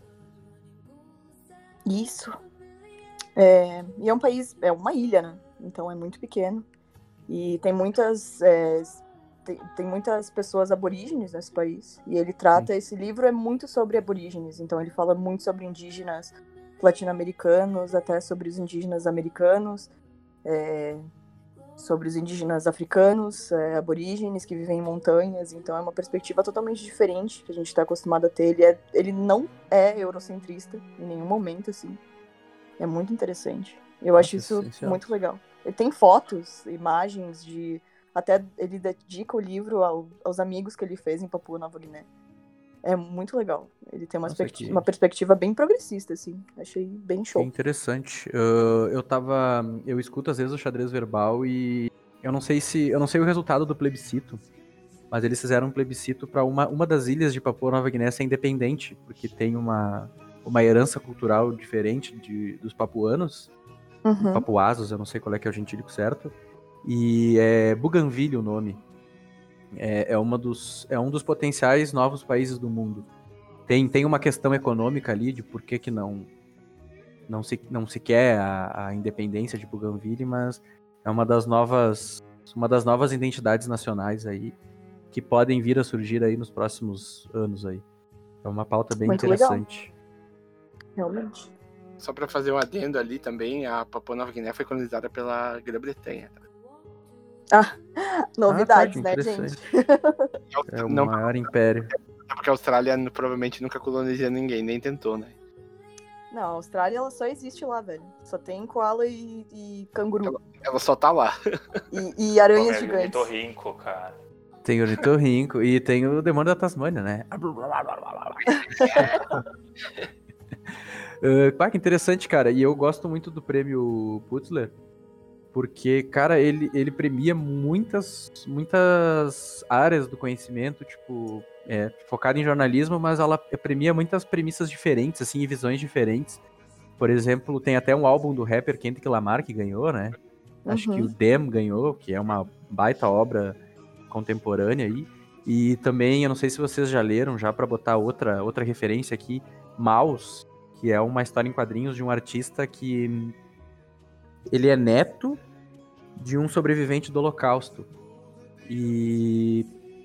Isso. E é um país, é uma ilha, né? Então é muito pequeno. E tem muitas tem muitas pessoas aborígenes nesse país. E ele trata, esse livro é muito sobre aborígenes. Então ele fala muito sobre indígenas latino-americanos, até sobre os indígenas americanos, sobre os indígenas africanos, aborígenes que vivem em montanhas. Então é uma perspectiva totalmente diferente que a gente está acostumado a ter. Ele não é eurocentrista em nenhum momento, assim. É muito interessante. Eu acho isso muito legal. Ele tem fotos, imagens de... Até ele dedica o livro aos amigos que ele fez em Papua Nova Guiné. É muito legal. Ele tem uma perspectiva bem progressista, assim. Achei bem show. Que interessante. Eu escuto às vezes o xadrez verbal e eu não sei o resultado do plebiscito, mas eles fizeram um plebiscito para uma das ilhas de Papua Nova Guiné ser independente, porque tem uma herança cultural diferente dos papuanos, papuasos, eu não sei qual é que é o gentílico certo, e é Bougainville o nome. É um dos potenciais novos países do mundo. Tem uma questão econômica ali de por que não se quer a independência de Bougainville, mas é uma das novas identidades nacionais aí que podem vir a surgir aí nos próximos anos aí. É uma pauta bem muito interessante. Legal. Realmente. Só pra fazer um adendo ali também, a Papua Nova Guiné foi colonizada pela Grã-Bretanha. Novidades, né, gente? É o maior império. É porque a Austrália provavelmente nunca colonizou ninguém, nem tentou, né? Não, a Austrália ela só existe lá, velho. Só tem koala e canguru. Ela só tá lá. E aranhas gigantes. Tem ornitorrinco, cara. Tem o ornitorrinco e tem o demônio da Tasmânia, né? Que interessante, cara. E eu gosto muito do prêmio Pulitzer, porque, cara, ele premia muitas áreas do conhecimento, tipo, focado em jornalismo, mas ela premia muitas premissas diferentes, assim, e visões diferentes. Por exemplo, tem até um álbum do rapper Kendrick Lamar que ganhou, né? Acho que o Dem ganhou, que é uma baita obra contemporânea aí. E também, eu não sei se vocês já leram, já pra botar outra referência aqui, Maus, que é uma história em quadrinhos de um artista que ele é neto de um sobrevivente do Holocausto. E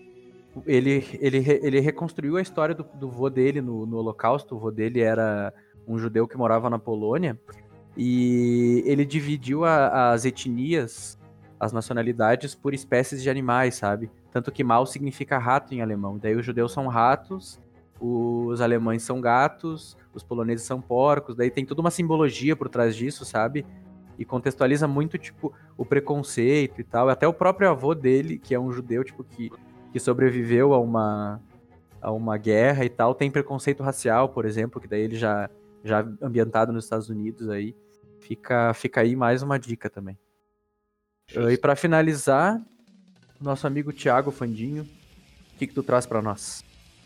ele reconstruiu a história do vô dele no Holocausto. O vô dele era um judeu que morava na Polônia. E ele dividiu as etnias, as nacionalidades, por espécies de animais, sabe? Tanto que Maus significa rato em alemão. Daí os judeus são ratos, os alemães são gatos, os poloneses são porcos. Daí tem toda uma simbologia por trás disso, sabe? E contextualiza muito, tipo, o preconceito e tal. Até o próprio avô dele, que é um judeu, tipo, que sobreviveu a uma guerra e tal, tem preconceito racial, por exemplo, que daí ele já ambientado nos Estados Unidos aí. Fica aí mais uma dica também. E pra finalizar, nosso amigo Thiago Fandinho, o que tu traz pra nós?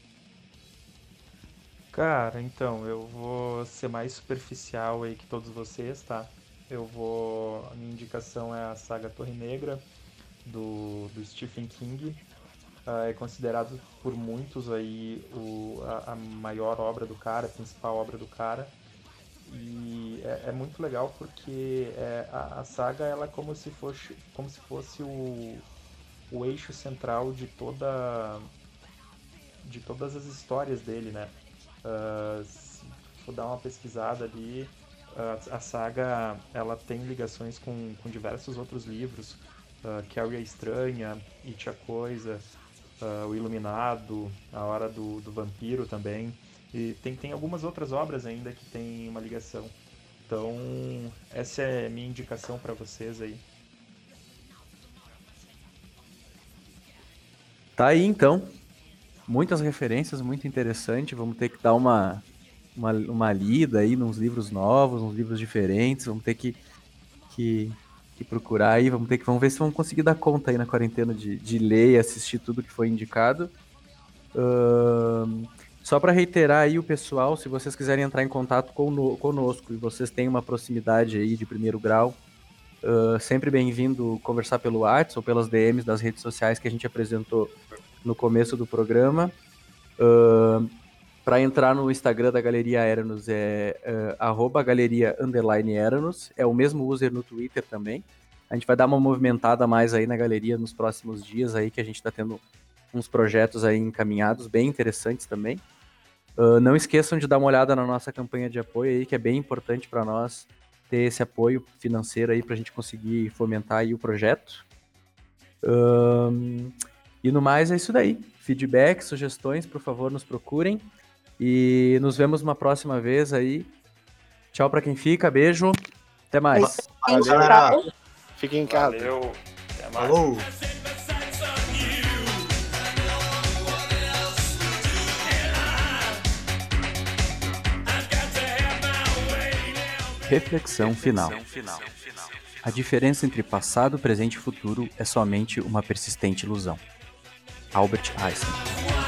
Cara, então, eu vou ser mais superficial aí que todos vocês, tá? A minha indicação é a saga Torre Negra, do Stephen King. É considerado por muitos aí a maior obra do cara, a principal obra do cara. E que é muito legal porque a saga ela é como se fosse o eixo central de todas as histórias dele, né? Se for dar uma pesquisada ali, a saga ela tem ligações com diversos outros livros, Carrie a Estranha, It a Coisa, O Iluminado, A Hora do Vampiro também, e tem algumas outras obras ainda que tem uma ligação. Então essa é a minha indicação para vocês aí. Tá aí então, muitas referências, muito interessante. Vamos ter que dar uma lida aí nos livros novos, uns livros diferentes. Vamos ter que procurar aí, vamos ver se vamos conseguir dar conta aí na quarentena de ler e assistir tudo que foi indicado. Só para reiterar aí o pessoal, se vocês quiserem entrar em contato conosco e vocês têm uma proximidade aí de primeiro grau, sempre bem-vindo conversar pelo WhatsApp ou pelas DMs das redes sociais que a gente apresentou no começo do programa. Para entrar no Instagram da Galeria Eranos @galeria_Eranos, é o mesmo user no Twitter também. A gente vai dar uma movimentada mais aí na galeria nos próximos dias aí, que a gente está tendo uns projetos aí encaminhados, bem interessantes também. Não esqueçam de dar uma olhada na nossa campanha de apoio aí, que é bem importante para nós ter esse apoio financeiro aí para a gente conseguir fomentar aí o projeto. E no mais é isso daí. Feedback, sugestões, por favor, nos procurem. E nos vemos uma próxima vez aí. Tchau pra quem fica, beijo. Até mais. Valeu, galera. Fiquem em casa. Valeu. Até mais. Falou! Reflexão final. A diferença entre passado, presente e futuro é somente uma persistente ilusão. Albert Einstein.